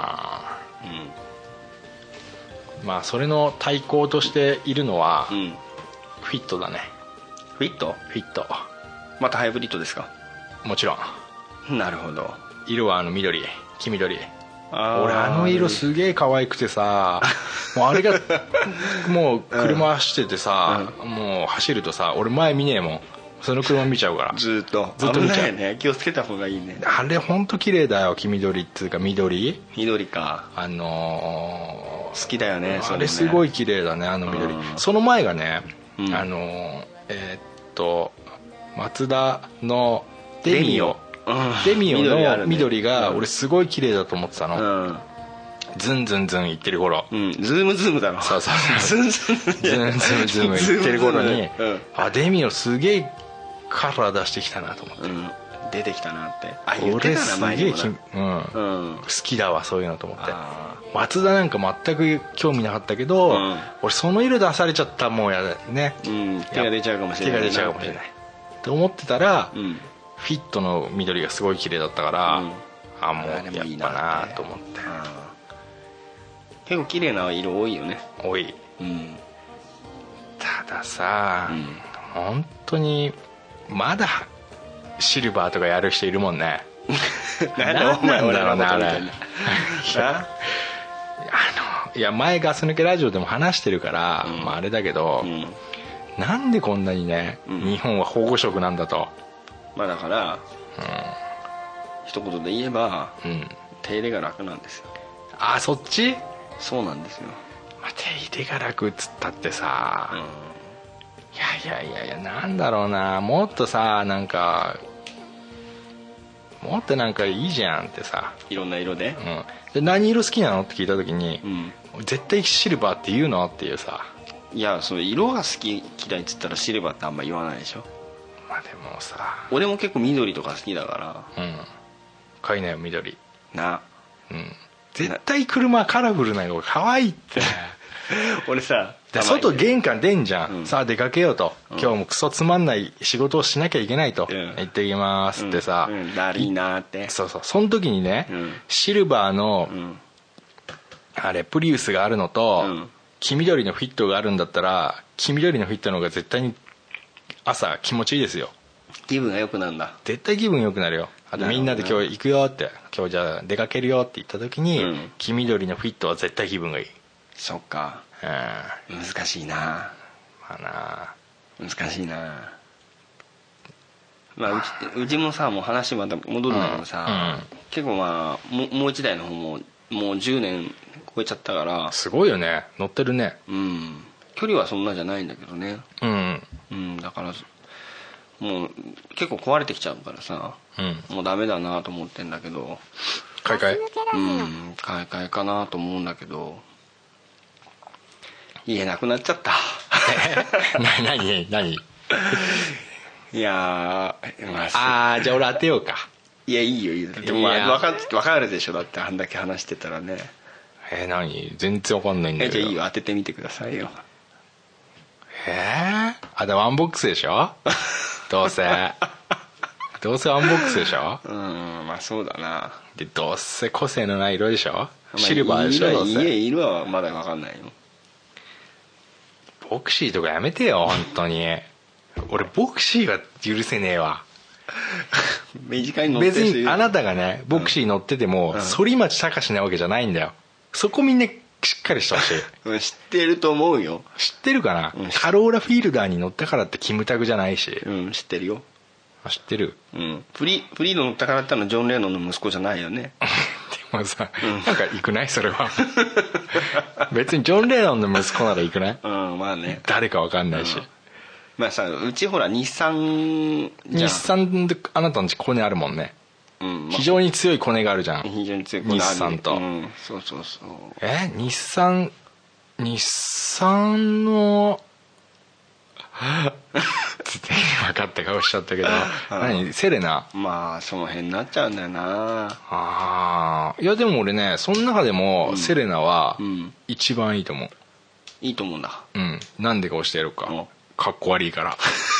まあそれの対抗としているのは、フィットだね。 フィット？ フィット。 またハイブリッドですか？ もちろん。 なるほど。 色は緑、黄緑。俺あの色すげえ可愛くてさもうあれがもう車走っててさ、もう走るとさ俺前見ねえもん。その車見ちゃうから。 ずっと見ちゃうね。気をつけた方がいいね。 あれほんと綺麗だよ。黄緑っていうか緑か。好きだよね。 あれすごい綺麗だね、あの緑。その前がね、マツダのデミオの緑が俺すごい綺麗だと思ってたの。ズンズンズン言ってる頃、 ズームズームだろ。 そうそうそう、ズンズン言ってる頃にデミオすげえカラー出してきたなと思って、 出てきたなって。俺すげえ好きだわそういうのと思って。マツダなんか全く興味なかったけど、俺その色出されちゃったらもうやだね。 手が出ちゃうかもしれない。 手が出ちゃうかもしれないって思ってたら、フィットの緑がすごい綺麗だったから、もうやっぱなと思って。 結構綺麗な色多いよね。 多い。たださ、本当にまだシルバーとかやる人いるもんね。 なんだお前俺のことみたいな。いや前ガス抜けラジオでも話してるから、あれだけど、なんでこんなにね、日本は保護色なんだと。 だから、一言で言えば、手入れが楽なんですよ。 そっち？ そうなんですよ。 手入れが楽っつったってさ、いやなんだろうな、もっとさなんかもっとなんかいいじゃんってさ。 いろんな色で、 で何色好きなのって聞いた時に、絶対シルバーって言うのっていうさ。 いや、その色が好き嫌いっつったらシルバーってあんま言わないでしょ。 でもさ、 俺も結構緑とか好きだから。 買いなよ緑な。 絶対車カラフルなのが可愛いって俺さ、 外玄関出んじゃん、さあ出かけようと、今日もクソつまんない仕事をしなきゃいけないと、行ってきますってさ、 だりーなーって。 そうその時にね、シルバーの、あれプリウスがあるのと、黄緑のフィットがあるんだったら黄緑のフィットの方が絶対に朝気持ちいいですよ。 気分が良くなるんだ。 絶対気分良くなるよ。 あとみんなで今日行くよって、今日じゃあ出かけるよって言った時に、黄緑のフィットは絶対気分がいい。 そっか、難しいな。 まあな、難しいな。まあうちもさ、もう話また戻るんだけどさ、結構まあもう一台の方もう10年超えちゃったから。 すごいよね、乗ってるね。 距離はそんなじゃないんだけどね。だからもう結構壊れてきちゃうからさ、もうダメだなと思ってんだけど、 買い替え、 買い替えかなと思うんだけど、家なくなっちゃった。 何いやじゃあ俺当てようか。 いや、いいよ。でも分かるでしょ、だってあんだけ話してたらね。 何、全然分かんないんだけど。 じゃあいいよ、当ててみてくださいよ。 でワンボックスでしょ。どうせワンボックスでしょ。 まあそうだな。 でどうせ個性のない色でしょ、シルバーでしょ。どうせ色はまだ分かんないよ。 ボクシーとかやめてよ本当に。俺ボクシーは許せねえわ。 短い乗ってる別にあなたがねボクシー乗ってても、反町隆史なわけじゃないんだよ。そこみんなしっかりしてほしい。 知ってると思うよ。 知ってるかな、カローラフィールダーに乗ったからってキムタクじゃないし。 知ってるよ。 知ってる。 フリード乗ったからってのはジョン・レノンの息子じゃないよね。 でもさ、なんか行くないそれは。別にジョン・レノンの息子なら行くない。 まあね、 誰か分かんないし。 まあさ、うちほら日産じゃん。 日産であなたの家コネあるもんね。非常に強いコネがあるじゃん。 非常に強いコネある。 日産と、 そう日産の分かった顔しちゃったけど、何、セレナ。 まあその辺になっちゃうんだよな。 いやでも俺ね、その中でもセレナは一番いいと思う。 いいと思うんだ。 なんでか押してやろうか。かっこ悪いから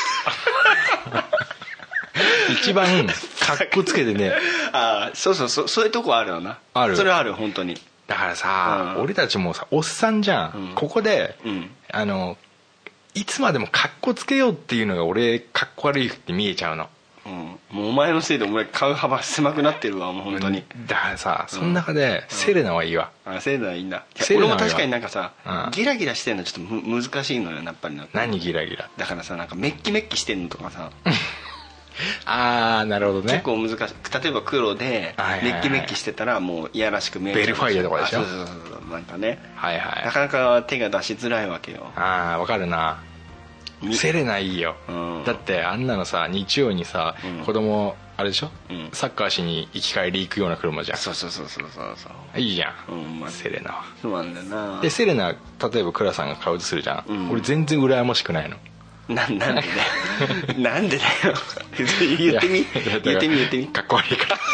一番かっこつけてね。 そういうとこあるよな。 ある。 それはある、本当に。 だからさ、俺たちもさおっさんじゃん、ここで、いつまでもかっこつけようっていうのが俺かっこ悪いって見えちゃうの。 もうお前のせいで俺買う幅狭くなってるわ、もう本当に。 だからさ、その中でセレナはいいわ。 セレナはいいんだ。俺も確かになんかさ、ギラギラしてるのちょっと難しいのよ、やっぱり。 何ギラギラ。 だからさ、なんかメッキメッキしてんのとかさ。 なるほどね。 結構難しい。例えば黒でメッキメッキしてたらもういやらしく見える。 ベルファイアとかでしょ。 そうなんかね、 なかなか手が出しづらいわけよ。 わかるな。セレナいいよ。だってあんなのさ、日曜にさ、子供あれでしょ、サッカーしに行き帰り行くような車じゃん。 そういいじゃん、セレナは。 そうなんだよな。 でセレナ、例えば倉さんが買うとするじゃん、俺全然羨ましくないの。 なんでだよ。なんでだよ。言ってみ。 かっこ悪いから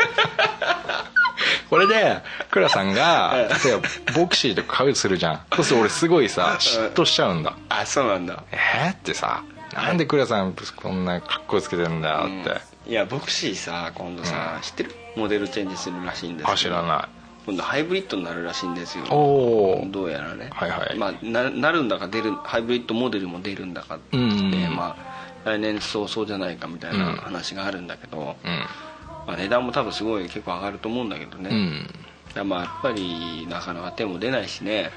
これで倉さんが例えばボクシーとか買うとするじゃん。そうすると俺すごいさ嫉妬しちゃうんだ。 そうなんだ。 ってさ、なんで倉さんこんな格好つけてんだよって。 いやボクシーさ、今度さ、知ってる？モデルチェンジするらしいんですけど。 知らない。 今度ハイブリッドになるらしいんですよ。どうやらね。まあなるんだか出る、ハイブリッドモデルも出るんだかって、まあ来年早々じゃないかみたいな話があるんだけど、まあ値段も多分すごい結構上がると思うんだけどね。まあやっぱりなかなか手も出ないしね。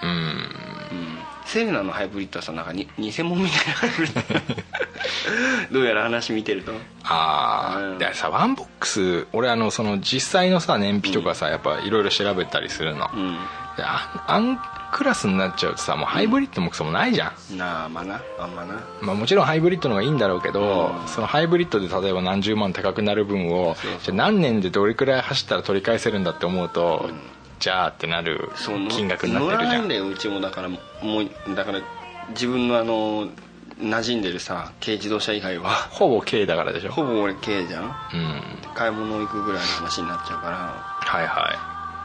セレナのハイブリッドはさ、なんか偽物みたいなハイブリッドどうやら話見てると。でさ、ワンボックス、俺その実際のさ燃費とかさ、やっぱいろいろ調べたりするの。であんクラスになっちゃうとさ、もうハイブリッドもクソもないじゃん。まあもちろんハイブリッドの方がいいんだろうけど、そのハイブリッドで例えば何十万高くなる分をじゃあ何年でどれくらい走ったら取り返せるんだって思うと、じゃあってなる金額になってるじゃん。乗らないんだようちも。だから自分の馴染んでるさ軽自動車以外はほぼ軽だからでしょ。 ほぼ俺軽じゃん。買い物行くぐらいの話になっちゃうから。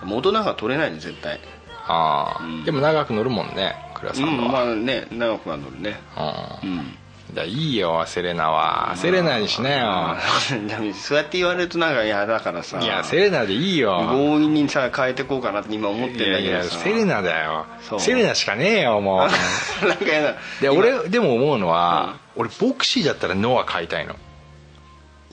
元なんか取れないね絶対。でも長く乗るもんね倉さんは。まあね、長くは乗るね。いいよセレナは。セレナにしなよ。そうやって言われるとなんか嫌だからさ。いやセレナでいいよ。強引にさ変えてこうかなって今思ってんだけどさ。いやセレナだよ。セレナしかねえよもう。なんか嫌だ。で俺でも思うのは、俺ボクシーだったらノア買いたいの。いや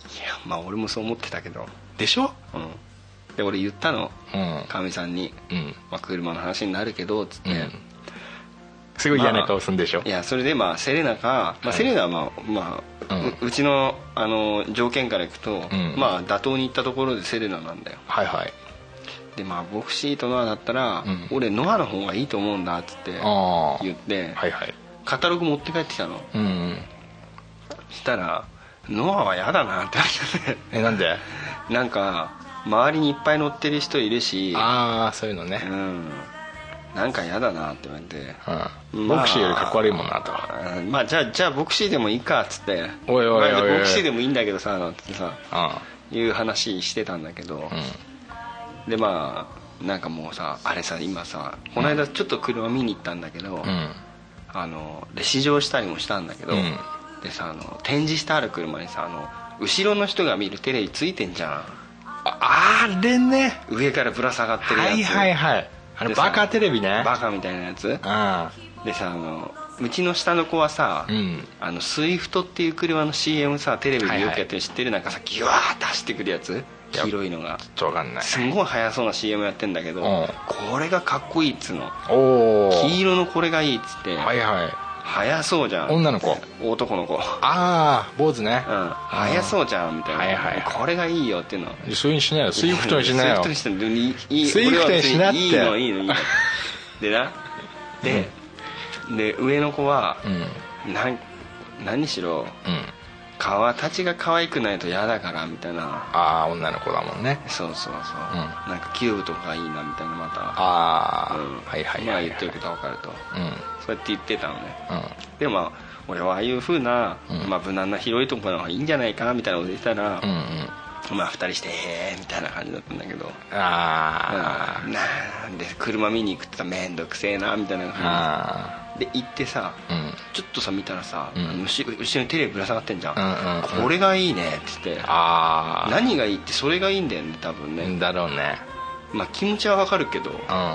まあ俺もそう思ってたけど。 でしょ。 で俺言ったの、かみさんに、まあ、車の話になるけどっつって、 すごい嫌な顔するんでしょ。 いやそれでまあセレナか、セレナはうちの条件からいくと、まあ妥当にいったところでセレナなんだよ。はいはい。でまあボクシーとノアだったら、俺ノアの方がいいと思うんだっつって言って、カタログ持って帰ってきたの。したらノアは嫌だなって言われて。 なんで？ なんか周りにいっぱい乗ってる人いるし、 ああそういうのね、 なんか嫌だなって言われて、 ボクシーよりかっこ悪いもんなと。 まあじゃあボクシーでもいいかっつって、 おいおいおい、 ボクシーでもいいんだけどさなんてさ、いう話してたんだけど、でまあなんかもうさあれさ今さこの間ちょっと車見に行ったんだけど、で試乗したりもしたんだけど、でさ展示してある車にさ後ろの人が見るテレビついてんじゃん。 あれね、 上からぶら下がってるやつ。はいはいはい、バカテレビね、 バカみたいなやつ。でさうちの下の子はさ、スイフトっていう車の CM さテレビでよくやってる知ってる？なんかさギュワーって走ってくるやつ、黄色いのが。 ちょっと分かんない。 すごい速そうな CM やってんだけど、これがかっこいいっつうの。黄色のこれがいいっつって。はいはい。速そうじゃん。 女の子？ 男の子。 ああ坊主ね。 速そうじゃんみたいな。はいはい、これがいいよっていうの。 そういうにしなよ、スイフトにしなよ。 スイフトにしてもいい。 スイフトにしなって。 いいのでな、で上の子は何しろ形が可愛くないと嫌だからみたいな。 ああ女の子だもんね。 そうそうそう、なんかキューブとかいいなみたいな。またはいはい、 まあ言ってることは分かると、そうやって言ってたのね。でもまあ俺はああいう風な、まあ無難な広いところの方がいいんじゃないかみたいなこと言ってたら、まあ2人してへえみたいな感じだったんだけど、なんで車見に行くってめんどくせえなみたいな感じで行ってさ、ちょっとさ見たらさ、後ろにテレビぶら下がってんじゃん、これがいいねって言って、何がいいってそれがいいんだよね多分ね。 だろうね。まあ気持ちはわかるけど、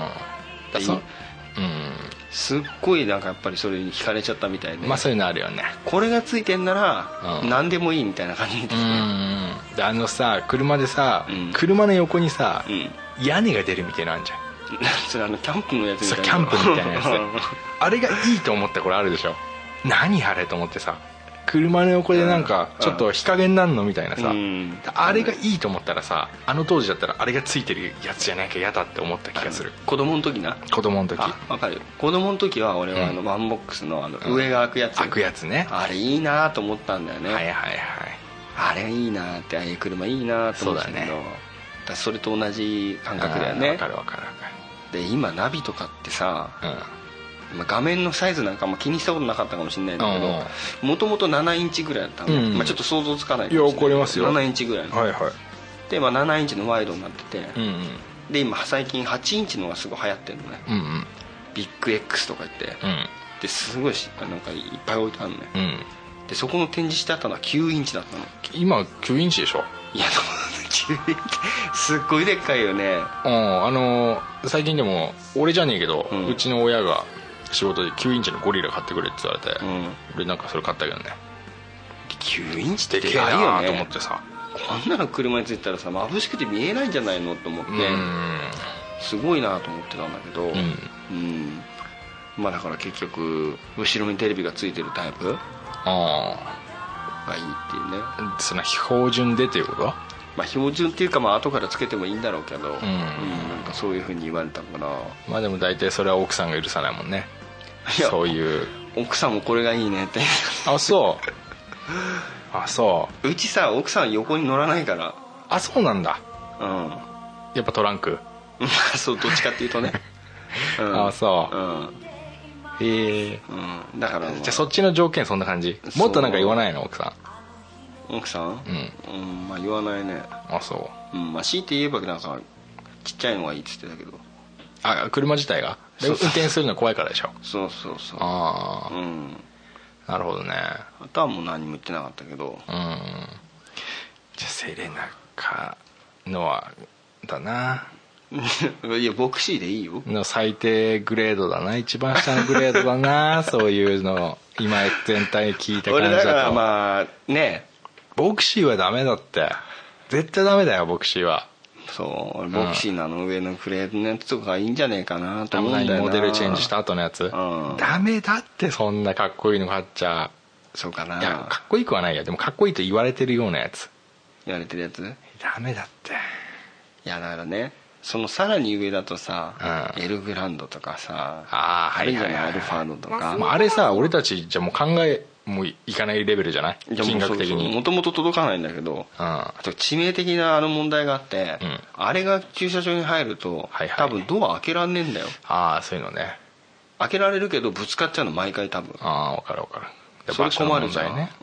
すっごいなんかやっぱりそれに惹かれちゃったみたいで、 まあそういうのあるよね。 これがついてんなら何でもいいみたいな感じで、 でさ車でさ、車の横にさ、屋根が出るみたいなのあるじゃん。 それキャンプのやつみたいな。 キャンプみたいなやつあれがいいと思ったこれあるでしょ。何あれと思ってさ、車の横でなんかちょっと日陰になるのみたいなさ、あれがいいと思ったらさ、当時だったらあれがついてるやつじゃなきゃ嫌だって思った気がする。 子供の時な。 子供の時分かるよ。子供の時は俺はワンボックスの上が開くやつ、 開くやつね、 あれいいなと思ったんだよね。はいはいはい、あれいいなって、ああいう車いいなと思ったけど、それと同じ感覚だよね。分かる分かる。で今ナビとかってさ、画面のサイズなんか気にしたことなかったかもしれないんだけど、もともと7インチぐらいだったの、まあちょっと想像つかないかもしれない。いや怒りますよ。7インチぐらいの、で、まあ、7インチのワイドになってて、で今最近8インチのがすごい流行ってるのね、ビッグ X とか言って、ですごいなんかいっぱい置いてあるのね、でそこの展示してあったのは9インチだったの。 今9インチでしょ。 いや9インチすっごいでっかいよね。 最近でも俺じゃねえけど、うちの親が仕事で9インチのゴリラ買ってくれって言われて、俺なんかそれ買ったけどね。 9インチってでかいなと思ってさ、 こんなの車についたらさ眩しくて見えないんじゃないのと思って、すごいなと思ってたんだけど、まあだから結局後ろにテレビがついてるタイプがいいっていうね。 その標準でっていうこと？ まあ標準っていうか、まあ後からつけてもいいんだろうけど、なんかそういうふうに言われたのかな。まあでも大体それは奥さんが許さないもんね。そういう奥さんもこれがいいねって。 あそうあそう。 うちさ奥さん横に乗らないから。 あそうなんだ。やっぱトランク。 そうどっちかっていうとね。 あそう。へえ。 だから、 じゃあそっちの条件そんな感じ。もっとなんか言わないの奥さん。奥さん？まあ言わないね。 あそう。 まあ強いて言えばなんかちっちゃいのがいいっつってたけど。 あ車自体が。運転するの怖いからでしょ。 そうそうそう。 ああ。なるほどね。 あとはもう何も言ってなかったけど。 じゃあセレナかノアだな。 いやボクシーでいいよ。 の最低グレードだな、一番下のグレードだな。そういうの今全体聞いた感じだと。 俺だからまあね、 ボクシーはダメだって。絶対ダメだよボクシーは。 そうボクシーの上のフレーズのやつとかがいいんじゃねえかなと思うんだよな。 モデルチェンジした後のやつ、ダメだってそんなかっこいいの買っちゃ。 そうかな。 いやかっこいいくはないよ。でもかっこいいと言われてるようなやつ。 言われてるやつダメだって。 いやだからね、そのさらに上だとさ、エルグランドとかさ、あるじゃない、アルファードとか、 あれさ俺たちじゃもう考えもういかないレベルじゃない、金額的に。 もともと届かないんだけど、あと致命的な問題があって、あれが駐車場に入ると、多分ドア開けらんねえんだよ。 ああそういうのね。開けられるけどぶつかっちゃうの毎回多分。 ああ分かる分かる。 それ困るじゃんね。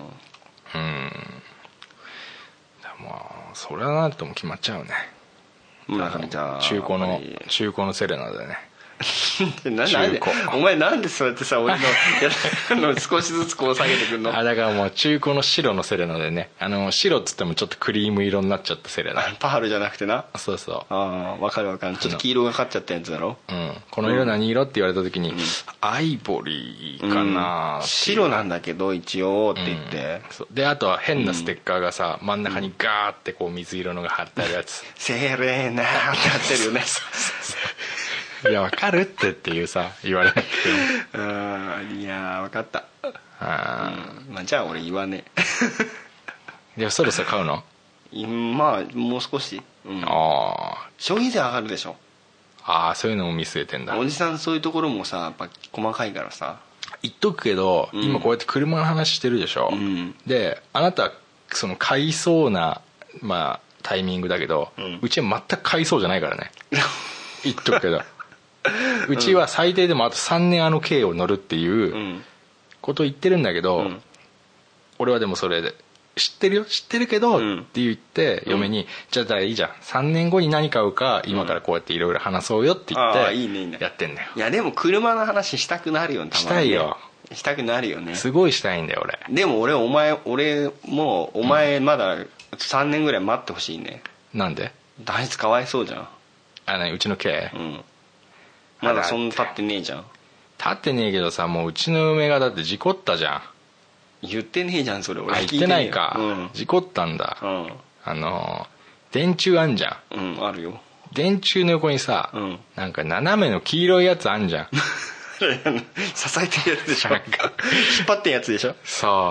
まあそれはなるとも決まっちゃうね。 だからじゃあ中古のセレナでね。 なんでお前なんでそうやってさ俺の少しずつこう下げてくんの。 だからもう中古の白のセレナでね、白っつってもちょっとクリーム色になっちゃったセレナ。 パールじゃなくてな。 そうそう。 ああ分かる分かる。ちょっと黄色がかっちゃったやつだろ。 この色何色って言われた時に、アイボリーかな、 白なんだけど一応って言って、 であとは変なステッカーがさ、真ん中にガーってこう水色のが貼ってあるやつ、 セレナーって貼ってるよね。 いや分かるっていうさ言われなくていや分かった。まあじゃあ俺言わねえ。いやそろそろ買うの？ まあもう少し。消費税上がるでしょ。 ああそういうのも見据えてんだ。 おじさんそういうところもさやっぱ細かいからさ。 言っとくけど、今こうやって車の話してるでしょ、であなたその買いそうなタイミングだけど、うちは全く買いそうじゃないからね。言っとくけどうちは最低でもあと3年軽を乗るっていうことを言ってるんだけど、俺はでもそれで知ってるけどって言って嫁に、じゃあいいじゃん3年後に何買うか今からこうやっていろいろ話そうよって言ってやってんだよ。 いやでも車の話したくなるよね。 したいよ。 したくなるよね。 すごいしたいんだよ俺。 でも俺もお前まだ3年ぐらい待ってほしいね。 なんで？ あいつかわいそうじゃん。 うちのK？ まだそんな経ってねえじゃん。 経ってねえけどさ、もううちの嫁がだって事故ったじゃん。 言ってねえじゃんそれ。俺言ってないか、事故ったんだ。電柱あんじゃん。あるよ。 電柱の横にさ、なんか斜めの黄色いやつあんじゃん。 支えてるやつでしょ。引っ張ってんやつでしょ。 そう、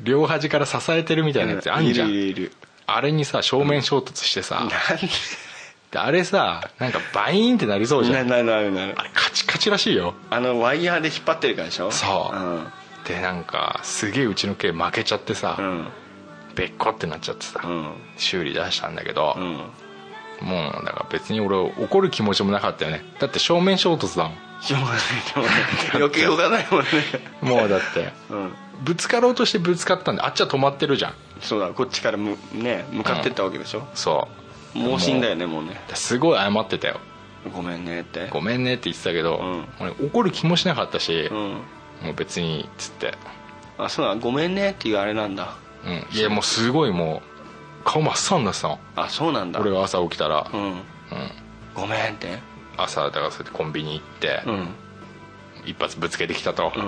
両端から支えてるみたいなやつあんじゃん。 いる。 あれにさ正面衝突してさ、なんであれさなんかバイーンってなりそうじゃん。 なる。 あれカチカチらしいよ。 ワイヤーで引っ張ってるからでしょ。 そう、でなんかすげえうちの系負けちゃってさ、べっこってなっちゃってさ、修理出したんだけど、もうだから別に俺怒る気持ちもなかったよね。だって正面衝突だもん。 しょうがない避けようがないもんね。 もうだって、ぶつかろうとしてぶつかったんであっちは止まってるじゃん。 そうだこっちから向かってったわけでしょ。 そうもう死んだよねもうね。 すごい謝ってたよ。 ごめんねって言ってたけど、俺怒る気もしなかったし、もう別にっつって。 そうだごめんねっていうあれなんだ。 いやもうすごいもう顔真っ青になってたの。 そうなんだ。 俺が朝起きたらごめんって朝だからそうやってコンビニ行って、一発ぶつけてきたと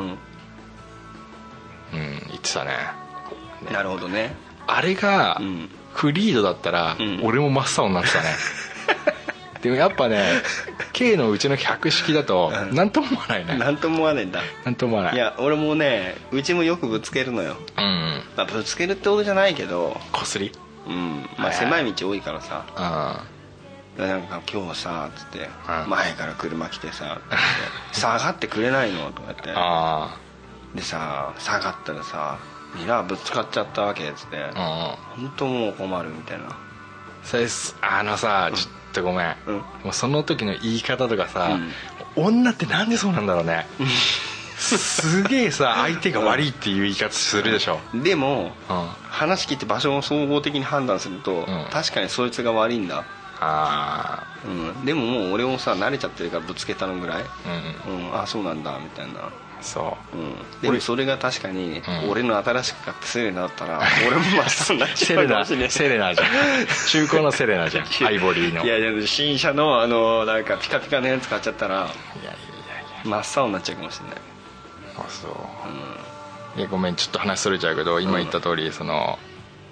言ってたね。 なるほどね。 あれがフリードだったら俺も真っ青になってたね。でもやっぱね K のうちの百式だと何とも思わないね。 何とも思わないんだ。 何とも思わない。 いや俺もねうちもよくぶつけるのよ。ぶつけるってことじゃないけどこすり。 狭い道多いからさ。なんか今日さつって前から車来てさ下がってくれないのとか言ってでさ下がったらさミラーぶつかっちゃったわけつって本当もう困るみたいな。 それさちょっとごめん、もうその時の言い方とかさ、女ってなんでそうなんだろうね。すげえさ相手が悪いっていう言い方するでしょ。 でも話聞いて場所を総合的に判断すると確かにそいつが悪いんだ。でももう俺もさ慣れちゃってるからぶつけたのぐらい、そうなんだみたいな。 そう、 でもそれが確かに俺の新しく買ったセレナだったら俺もまあそんなセレナじゃん。 中古のセレナじゃん。アイボリーの。 いや新車のなんかピカピカのやつ買っちゃったら真っ青になっちゃうかもしれない。 そう、いやごめんちょっと話それちゃうけど今言った通りその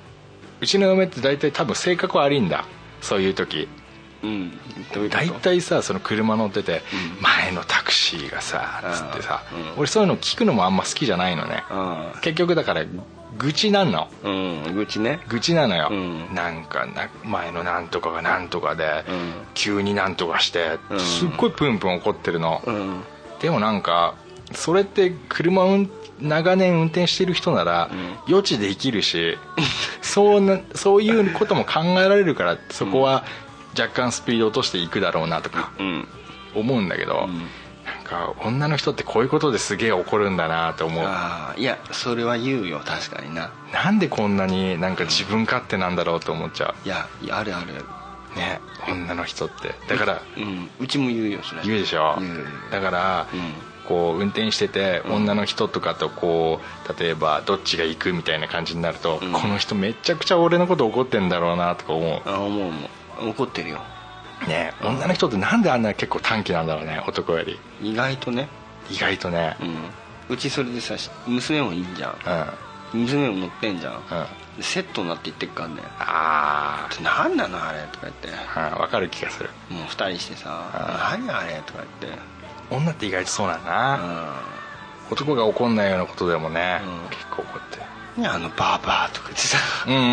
うちの嫁って大体多分性格悪いんだ、そういう時。大体さ、その車乗ってて、前のタクシーがさつってさ、俺そういうの聞くのもあんま好きじゃないのね。結局だから愚痴なんの、 愚痴ね、 愚痴なのよ、なんか前のなんとかがなんとかで、急になんとかしてすっごいプンプン怒ってるの、でもなんかそれって車長年運転してる人なら予知できるし、そういうことも考えられるから、そこは若干スピード落としていくだろうなとか思うんだけど、なんか女の人ってこういうことですげえ怒るんだなと思う。 いやそれは言うよ、確かにな。 なんでこんなになんか自分勝手なんだろうと思っちゃう。 いやあるあるね、女の人ってだから、 うちも言うよ、それ言うでしょ。だから、こう運転してて女の人とかとこう例えばどっちが行くみたいな感じになると、この人めちゃくちゃ俺のこと怒ってんだろうなとか思う。 思う怒ってるよね。女の人ってなんであんな結構短気なんだろうね、男より。 意外とね。うちそれでさ、娘もいいんじゃん、娘も乗ってんじゃん、セットになって行ってっからね。何なのあれとか言って、 分かる気がする。 もう2人してさ、何あれとか言って。 女って意外とそうなんだな、男が怒んないようなことでもね、結構怒って、 バーバーとか言ってさ、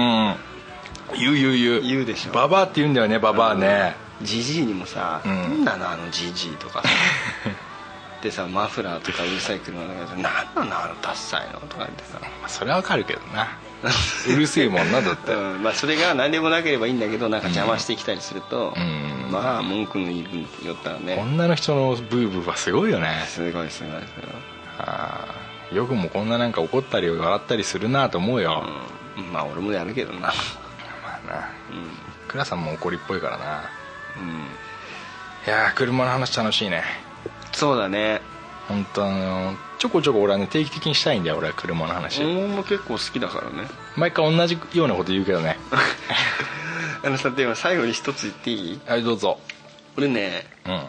言うでしょ。 ババアって言うんだよね、ババアね。 ジジイにもさ、何なのあのジジイとかさでさ、マフラーとかうるさい車だけど、何なのあのダッサいのとか言ってさ、 それはわかるけどなうるせえもんな、だって、 それが何でもなければいいんだけど、なんか邪魔してきたりすると、まあ文句の言いよったらね。 女の人のブーブーはすごいよね。 すごいよくもこんななんか怒ったり笑ったりするなと思うよ。 まあ俺もやるけどな。まあな、倉さんも怒りっぽいからな。いや車の話楽しいね。 そうだね、 本当ちょこちょこ俺はね定期的にしたいんだよ、俺は車の話。 俺も結構好きだからね。 毎回同じようなこと言うけどねさ、でも最後に一つ言っていい？ はい、どうぞ。 俺ね、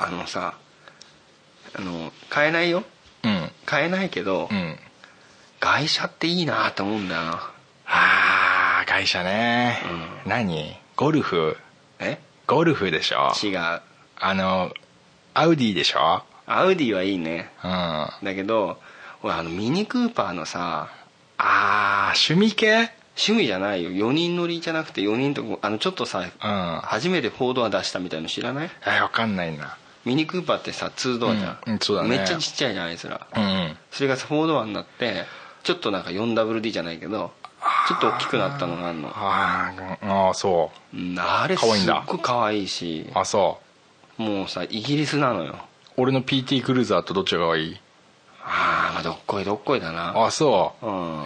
買えないよ、買えないけど、外車っていいなと思うんだよな。 外車ね、何？ゴルフ？ゴルフでしょ。 違う、 アウディでしょ。 アウディはいいね、だけど俺ミニクーパーのさ、 趣味系？ 趣味じゃないよ、4人乗りじゃなくて4人とちょっとさ、初めて4ドア出したみたいの知らない？ 分かんないな。 ミニクーパーってさ2ドアじゃん、 そうだね、 めっちゃちっちゃいじゃんあいつら、それがさ4ドアになってちょっとなんか 4WD じゃないけどちょっと大きくなったのがあるの。 そう、 あれすっごい可愛いし。そうもうさイギリスなのよ。 俺の PT クルーザーとどっちがいい？ どっこいだな。 そう、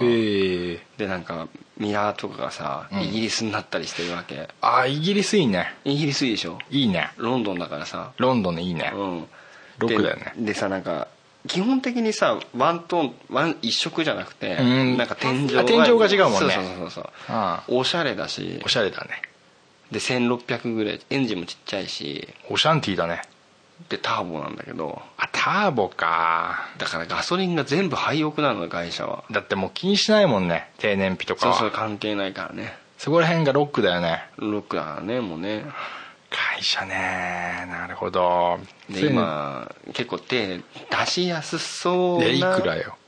でなんかミラーとかがさ、イギリスになったりしてるわけ。 イギリスいいね。 イギリスいいでしょ。いいね。 ロンドンだからさ。 ロンドンでいいね。ロックだよね。 でさ、なんか基本的にさワン一色じゃなくて、なんか天井が違うもんね。 そうおしゃれだし。 おしゃれだね。 で1600ぐらい、エンジンもちっちゃいし、 オシャンティーだね。 でターボなんだけど。 ターボか。 だからガソリンが全部廃屋なの、会社は。 だってもう気にしないもんね、低燃費とかは。 そう関係ないからね。 そこら辺がロックだよね。 ロックだからね、もうね。 会社ね、なるほど。 で今結構手出しやすそうな。 いくらよ。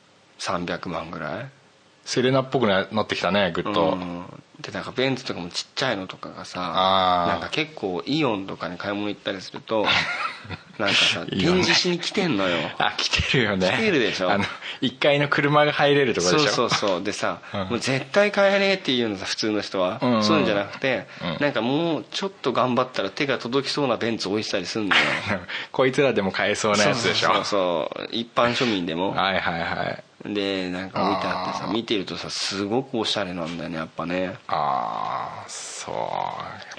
300万ぐらい。 セレナっぽくなってきたね、グッと。 でなんかベンツとかもちっちゃいのとかがさ、なんか結構イオンとかに買い物行ったりするとなんかさ展示しに来てんのよ。 来てるよね。 来てるでしょ。 1階の車が入れるとこでしょ。 そうでさ、もう絶対買えねえっていうのさ、普通の人は、そういうんじゃなくて、なんかもうちょっと頑張ったら手が届きそうなベンツ置いてたりするんだよこいつらでも買えそうなやつでしょ。 そう一般庶民でも。 はいでなんか置いてあってさ、見てるとさすごくおしゃれなんだよね、やっぱね。 そう。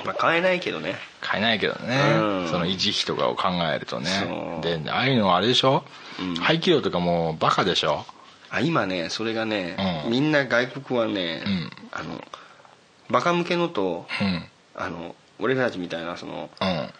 買えないけどね。 買えないけどね、その維持費とかを考えるとね。でああいうのはあれでしょ、排気量とかもバカでしょ。 今ねそれがね、みんな外国はね、バカ向けのと、俺たちみたいなその、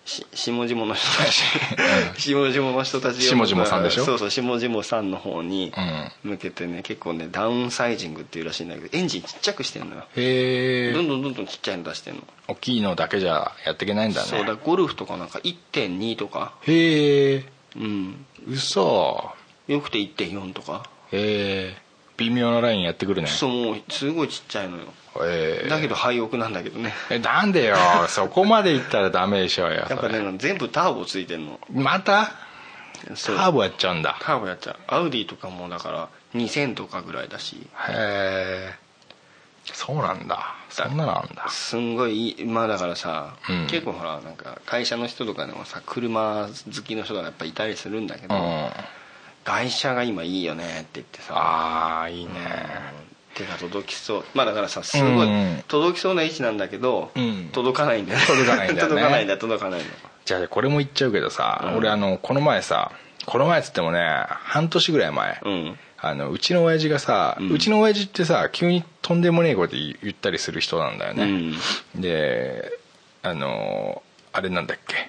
下々の人たち下々の人たち下々さんでしょ。 そうそう、下々さんの方に向けてね、結構ねダウンサイジングっていうらしいんだけど、エンジンちっちゃくしてんのよ。 へえ。 どんどんちっちゃいの出してんの。 大きいのだけじゃやっていけないんだね。 そうだ、ゴルフとかなんか 1.2 とか。 へえ。 うん。 嘘。 よくて 1.4 とか。 へえ。微妙なラインやってくるね。 そう、もうすごいちっちゃいのよ。だけど廃屋なんだけどね。 なんでよそこまでいったらダメでしょうよ。 やっぱね、全部ターボついてんの。 またターボやっちゃうんだ。 ターボやっちゃう。アウディとかもだから2000とかぐらいだし。 へえ、そうなんだ。そんななんだ。 すんごいまあだからさ、結構ほらなんか会社の人とかでもさ、車好きの人がやっぱいたりするんだけど、外車が今いいよねって言ってさ。 ああ、いいね。 手が届きそう。まあだからさ、すごい届きそうな位置なんだけど、届かないんだよね。届かないんだよね。届かないの。 じゃあこれも言っちゃうけどさ、俺この前っつってもね、半年ぐらい前、うちの親父がさ、うちの親父ってさ、急にとんでもねえこと言ったりする人なんだよね。であれなんだっけ、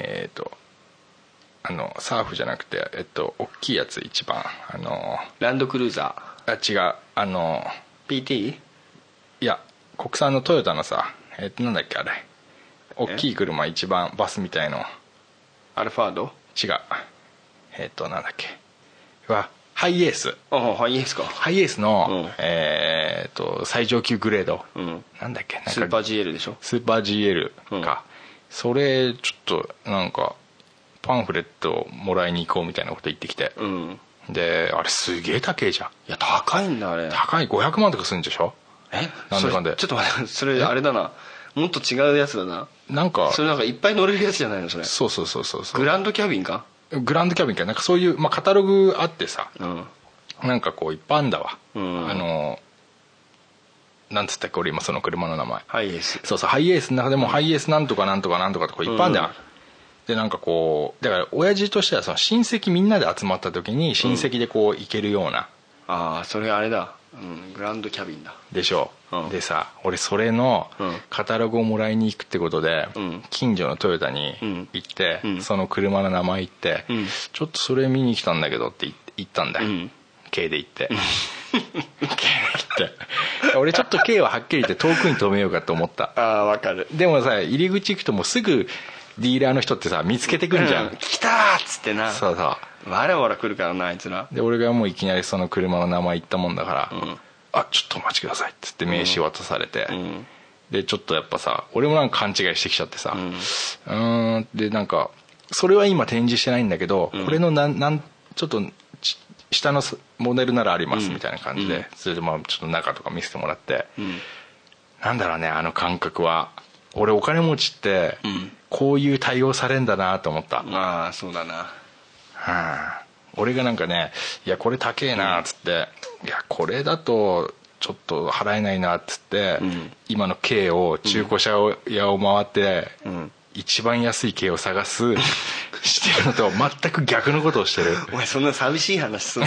サーフじゃなくて大きいやつ、一番ランドクルーザー。違う、 PT？ いや、国産のトヨタのさ、なんだっけあれ、大きい車、一番バスみたいの。 アルファード？ 違う、なんだっけ、ハイエース。 ハイエースか。 ハイエースの、最上級グレード、なんだっけ、なんかスーパー GL でしょ。 スーパー GL か、それちょっとなんかパンフレットもらいに行こうみたいなこと言ってきて、であれすげえ高いじゃん。 いや高いんだあれ。 高い、500万とかするんでしょ。なんでかんで。 ちょっと待って、それあれだな、もっと違うやつだな。 なんかそれなんかいっぱい乗れるやつじゃないのそれ。そうグランドキャビンか。 グランドキャビンか、なんかそういう、カタログあってさ、なんかこういっぱいあんだわ。なんつったっけ、俺今その車の名前。 ハイエース。 そうハイエースの中でもハイエースなんとかなんとかなんとかってこういっぱいあんだよ。でなんかこうだから親父としてはその親戚みんなで集まった時に親戚でこう行けるような。 ああ、それあれだ。グランドキャビンだ。 でしょ。でさ、俺それのカタログをもらいに行くってことで、近所のトヨタに行って、その車の名前言って、ちょっとそれ見に来たんだけどって言ったんだよ。K で行って。K で行って。俺ちょっと K ははっきり言って遠くに止めようかと思った。 ああ、わかる。 でもさ、入り口行くともうすぐディーラーの人ってさ見つけてくんじゃん。 来たーっつってな。そう。わらわら来るからな、あいつら。 で俺がもういきなりその車の名前言ったもんだから、あ、ちょっとお待ちくださいっつって名刺渡されて、でちょっとやっぱさ、俺もなんか勘違いしてきちゃってさ、でなんかそれは今展示してないんだけど、これのちょっと下のモデルならありますみたいな感じで、それでちょっと中とか見せてもらって、なんだろうね、あの感覚は。俺お金持ちってこういう対応されんだなと思った。 ああ、そうだな。 俺がなんかね、いやこれ高えなっつって、いやこれだとちょっと払えないなっつって、今の軽を中古車屋を回って、一番安い軽を探すしてるのと全く逆のことをしてる。 お前そんな寂しい話すんの？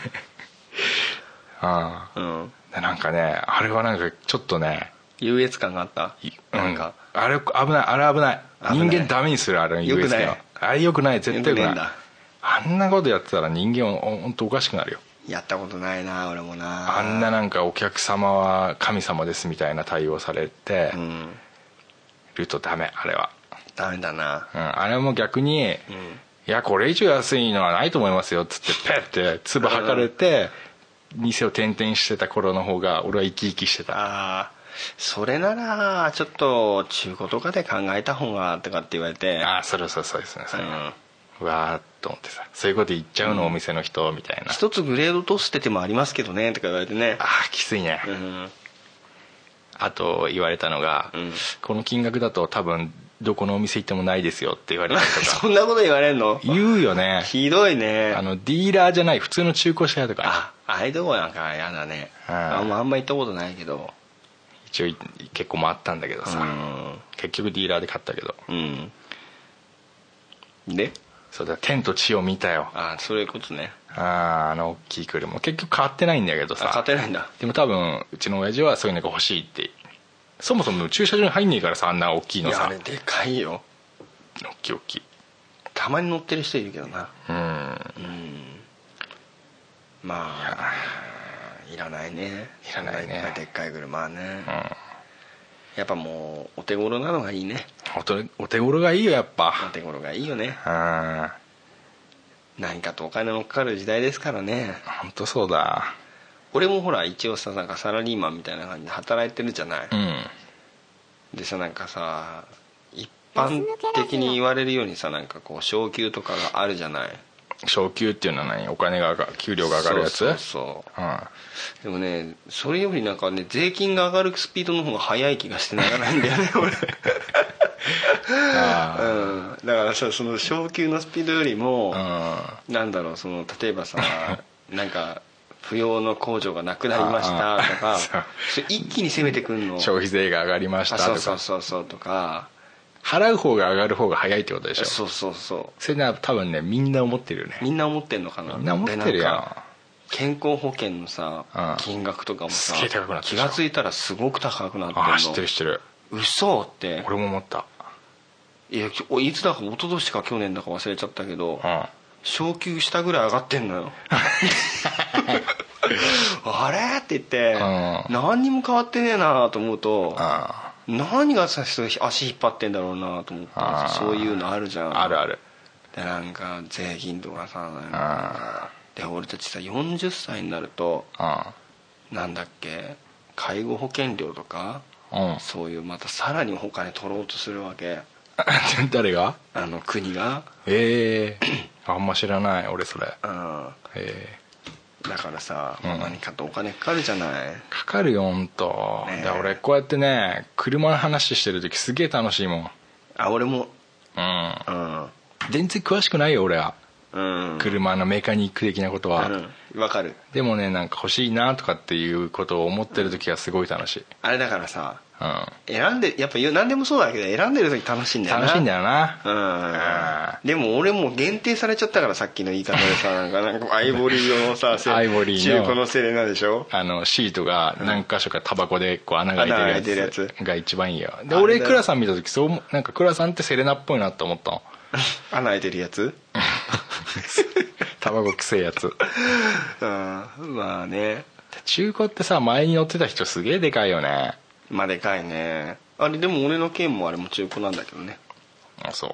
でなんかね、あれはなんかちょっとね、 優越感があった。なんかあれ危ない。人間ダメにする、あれの優越感。あれよくない、絶対よくない。あんなことやってたら人間は本当おかしくなるよ。 やったことないな、俺もな。 あんななんかお客様は神様ですみたいな対応されてるとダメ、あれはダメだな。 あれも逆に、いやこれ以上安いのはないと思いますよっつってペッて唾吐かれて店を転々してた頃の方が俺は生き生きしてた。 ああ、それならちょっと中古とかで考えた方がとかって言われて、 そうですね、うわーっと思ってさ、そういうこと言っちゃうの、お店の人みたいな。 一つグレードと捨ててもありますけどねとか言われてね。 きついね。あと言われたのが、この金額だと多分どこのお店行ってもないですよって言われたりとか。 そんなこと言われるの？ 言うよね。 ひどいね。 ディーラーじゃない普通の中古車屋とか。 ああいうとこなんかやだね。あんま行ったことないけど、 一応結構回ったんだけどさ、結局ディーラーで買ったけど。 でそうだ、天と地を見たよ。 そういうことね。 あの大きい車結局買ってないんだけどさ。 買ってないんだ。 でも多分うちの親父はそういうのが欲しいって。そもそも駐車場に入んねえからさ、あんな大きいのさ。 いやあれでかいよ。 大きい大きい。 たまに乗ってる人いるけどな。まあいらないね。 いらないね。 でっかい車はね、やっぱもうお手頃なのがいいね。 お手頃がいいよやっぱ。 お手頃がいいよね。何かとお金のかかる時代ですからね。 本当そうだ。 俺もほら一応さ、なんかサラリーマンみたいな感じで働いてるじゃない。でさ、なんかさ、一般的に言われるようにさ、なんかこう昇給とかがあるじゃない。 昇給っていうのは何？お金が給料が上がるやつ？ そう、でもね、それよりなんかね、税金が上がるスピードの方が速い気がしてならないんだよね俺。だからさ、その昇給のスピードよりも、なんだろう、その例えばさなんか不要の控除がなくなりましたとかそれ一気に攻めてくんの。 消費税が上がりましたとか。 そうとか。 払う方が上がる方が早いってことでしょ。 そうそれは多分ね、みんな思ってるよね。 みんな思ってんのかな。 みんな思ってるやん。 健康保険のさ、金額とかもさ、 すげえ高くなってる。 気が付いたらすごく高くなってるの。 知ってる。 嘘って。 俺も思った。 いや、いつだか一昨年か去年だか忘れちゃったけど、昇給したぐらい上がってんのよ。あれって言って、何にも変わってねえなと思うと、何がさ、足引っ張ってんだろうなと思って、そういうのあるじゃん。 ある。 でなんか税金とかさ、で俺たちさ40歳になると、なんだっけ、介護保険料とか、そういうまたさらにお金取ろうとするわけ。 誰が？ 国が。 あんま知らない俺それ。 だからさ、何かとお金かかるじゃない。 かかるよほんと。俺こうやってね、車の話してる時すげえ楽しいもん。 俺も。 全然詳しくないよ俺は。車のメカニック的なことは。 わかる。 でもね、なんか欲しいなとかっていうことを思ってる時はすごい楽しい。 あれだからさ、選んで、やっぱ何でもそうだけど選んでる時楽しいんだよな。 楽しいんだよな。 でも俺もう限定されちゃったから、さっきの言い方でさ、なんかアイボリーのさ、 アイボリーの中古のセレナでしょ。 シートが何箇所かタバコでこう穴が開いてるやつが一番いいよ。で俺クラさん見た時、そうなんかクラさんってセレナっぽいなって思ったの。 穴開いてるやつ。 タバコ臭いやつ。 まあね。 中古ってさ、前に乗ってた人すげえでかいよね。 まあでかいね。あれでも俺の件もあれも中古なんだけどね。 あ、そう。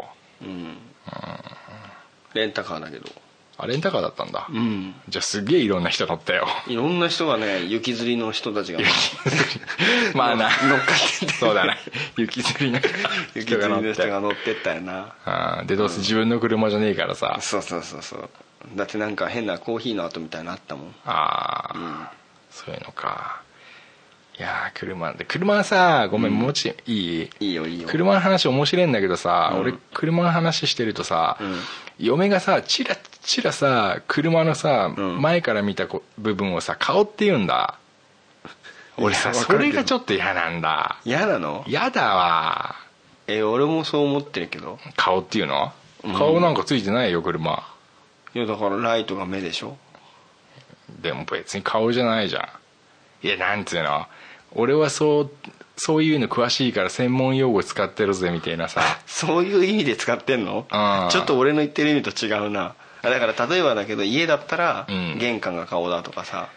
レンタカーだけど。 レンタカーだったんだ。じゃあすげえいろんな人乗ったよ。 いろんな人がね、雪吊りの人たちがまあな、 乗っかってて。 そうだね、雪吊りの人が乗ってったよな。 でどうせ自分の車じゃねえからさ。 そうだってなんか変なコーヒーの跡みたいなのあったもん。 そういうのか。いや車はさ、ごめん、もうちょいいい？ いいよ。 車の話面白いんだけどさ、俺車の話してるとさ、嫁がさチラチラさ、車のさ、前から見た部分をさ顔って言うんだ。俺さ、それがちょっと嫌なんだ。 嫌なの？ 嫌だわ。 俺もそう思ってるけど。 顔っていうの？顔なんかついてないよ車。 いやだからライトが目でしょ。 でも別に顔じゃないじゃん。いや、なんつうの、俺はそういうの詳しいから専門用語使ってるぜみたいなさ。 そういう意味で使ってんの？ちょっと俺の言ってる意味と違うな。だから例えばだけど、家だったら玄関が顔だとかさ、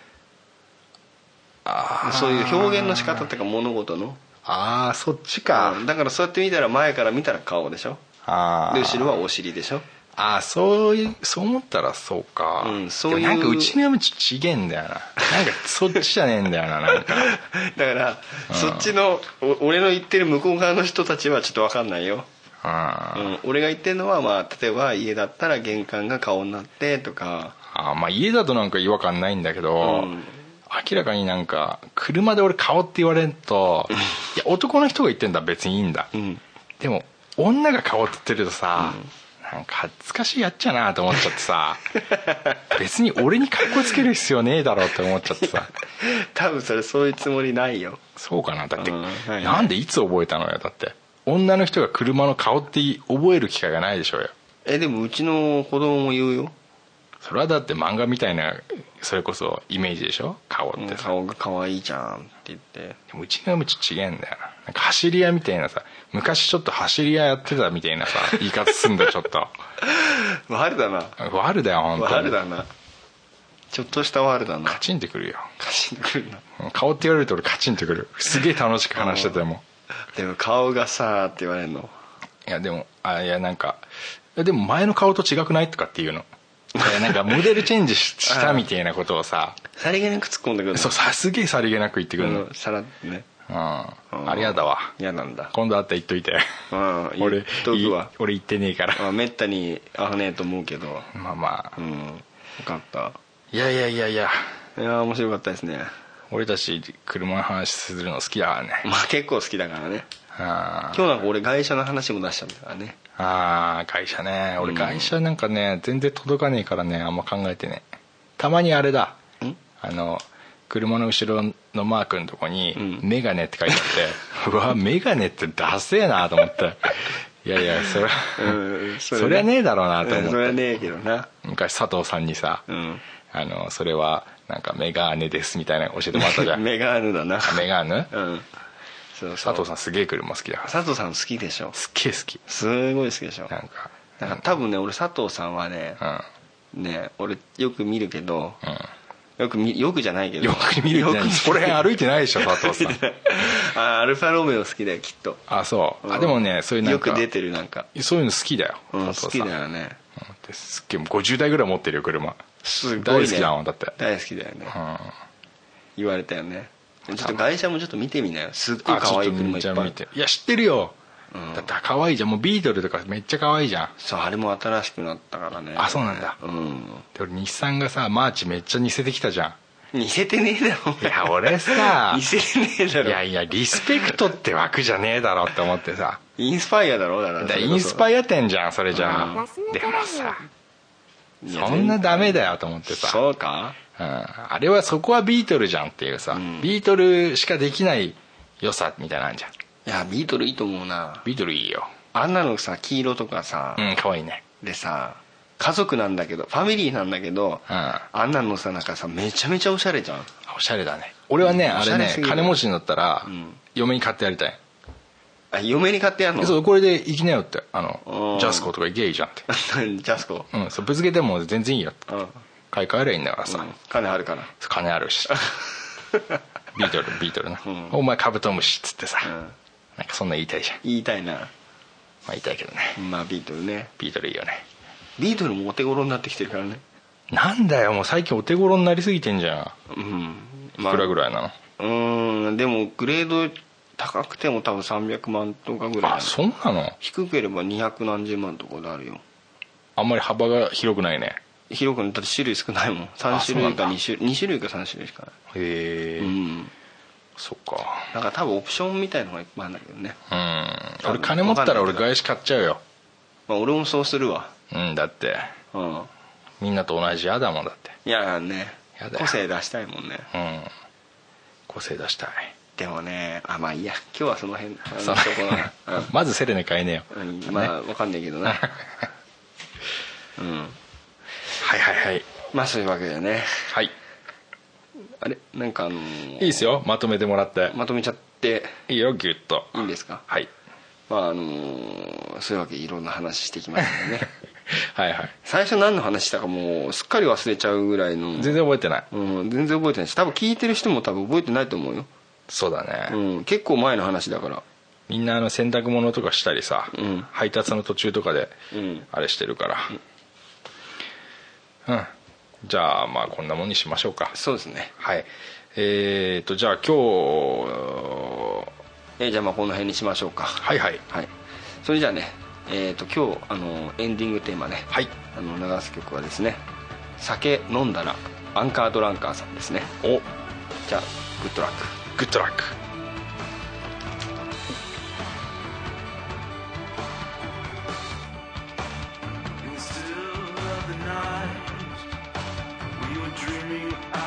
そういう表現の仕方っていうか物事の。 そっちか。 だからそうやって見たら、前から見たら顔でしょ。で後ろはお尻でしょ。 そう思ったらそうか。そういうなんかうちの嫁ちげえんだよな。なんかそっちじゃねえんだよな。なんかだから、そっちの俺の言ってる向こう側の人たちはちょっと分かんないよ。俺が言ってるのは、まあ例えば家だったら玄関が顔になってとか。 まあ家だとなんか違和感ないんだけど、明らかになんか車で俺顔って言われると、いや男の人が言ってんだ別にいいんだ、でも女が顔って言ってるとさ、なんか恥ずかしいやっちゃなと思っちゃってさ別に俺に格好つける必要ねえだろって思っちゃってさ多分それそういうつもりないよ。 そうかな。だって、なんでいつ覚えたのよ。だって女の人が車の顔って覚える機会がないでしょうよ。 でもうちの子供も言うよ。 それはだって漫画みたいな、それこそイメージでしょ、顔ってさ。 顔が可愛いじゃんって言って。 でもうちの嫁ちょっと違えんだよな。なんか走り屋みたいなさ、 昔ちょっと走り屋やってたみたいなさ言い方すんだちょっと悪だな。 悪だよ本当に。 悪だな、ちょっとした悪だな。 カチンってくるよ。 カチンとくるな。 顔って言われると俺カチンってくる。すげえ楽しく話してても。 でも顔がさって言われるの。 いやでもいやなんかでも前の顔と違くないとかっていうの。なんかモデルチェンジしたみたいなことをささりげなく突っ込んでくるの。 そうすげえさりげなく言ってくるの、 さらってね。 あれやだわ。 嫌なんだ。 今度会ったら言っといて。 俺言ってねえから。 めったに会わねえと思うけど。 まあ分かった。 いや面白かったですね。 俺たち車の話するの好きだからね。 結構好きだからね。今日なんか俺外車の話も出しちゃったからね。 外車ね。俺外車なんかね全然届かねえからね、あんま考えてね。たまにあれだ、車の後ろのマークのとこにメガネって書いてあって、うわメガネってダセえなと思って、いやそりゃねえだろうなと思って。 そりゃねえけどな。 昔佐藤さんにさ、それはなんかメガネですみたいな教えてもらったじゃん。 メガネだな。 メガネ。 そう佐藤さんすげえ車好きだから。 佐藤さん好きでしょ。 すっげえ好き。 すごい好きでしょ。 なんか多分ね俺佐藤さんはね、俺よく見るけど、よくじゃないけど、 よく見るけどこの辺歩いてないでしょ佐藤さん。 アルファロメオ好きだよきっと。 そう。でもねそういうなんかよく出てるなんかそういうの好きだよ。 好きだよね。 すっげえ50台ぐらい持ってるよ車。 すごいね。 大好きだもんだって。 大好きだよね。言われたよね。ちょっと外車もちょっと見てみなよ。すっごい可愛い車いっぱい。 いや知ってるよ。だって可愛いじゃん。もうビートルとかめっちゃ可愛いじゃん。 そうあれも新しくなったからね。 そうなんだ。で俺日産がさマーチめっちゃ似せてきたじゃん。 似せてねえだろ。 いや俺さ似せてねえだろ。 いやリスペクトって枠じゃねえだろって思ってさ。 インスパイアだろ。だからインスパイア店じゃんそれじゃあ。でもさそんなダメだよと思ってさ。 そうか。 あれはそこはビートルじゃんっていうさ、ビートルしかできない良さみたいなのあるじゃん。 いやビートルいいと思うな。 ビートルいいよ。 あんなのさ黄色とかさ可愛いね。 でさ家族なんだけどファミリーなんだけど、あんなのさなんかさめちゃめちゃおしゃれじゃん。 おしゃれだね。俺はねあれね金持ちになったら嫁に買ってやりたい。 嫁に買ってやるの。 そうこれで行きなよってジャスコとか行けばいいじゃんって。 ジャスコ。 そうぶつけても全然いいよって。買い替えりゃいいんだからさ。 金あるから。 金あるしビートルな、お前カブトムシっつってさ、なんかそんな言いたいじゃん。 言いたいな。 言いたいけどね。 ビートルね。 ビートルいいよね。 ビートルもお手頃になってきてるからね。 なんだよもう最近お手頃になりすぎてんじゃん。いくらぐらいなの。でもグレード高くても多分300万とかぐらい。 そんなの。 低ければ200何十万とかであるよ。 あんまり幅が広くないね。 広くない。だって種類少ないもん。3種類か2種類か3種類しかない。 へえ。そっか。 なんか多分オプションみたいのがいっぱいあるんだけどね。 俺金持ったら俺外資買っちゃうよ。 俺もそうするわ。 だってみんなと同じ嫌だもんだって。 いやね個性出したいもんね。 個性出したい。 でもねまあいいや今日はその辺まずセレネ買えねえよ。 分かんないけどな。 はいそういうわけでね。あれなんかいいですよまとめてもらって。 まとめちゃっていいよギュッと。 いいんですか。 はい。 そういうわけでいろんな話してきましたね。最初何の話したかもうすっかり忘れちゃうぐらいの。 全然覚えてない。 全然覚えてないし多分聞いてる人も多分覚えてないと思うよ。 そうだね。 結構前の話だから。 みんな洗濯物とかしたりさ、配達の途中とかであれしてるからじゃあこんなもんにしましょうか。 そうですね。 はい。じゃあ今日じゃあこの辺にしましょうか。 はいそれじゃあね今日エンディングテーマね流す曲はですね酒飲んだらアンカードランカーさんですね。じゃあグッドラック。 グッドラック。 Dreaming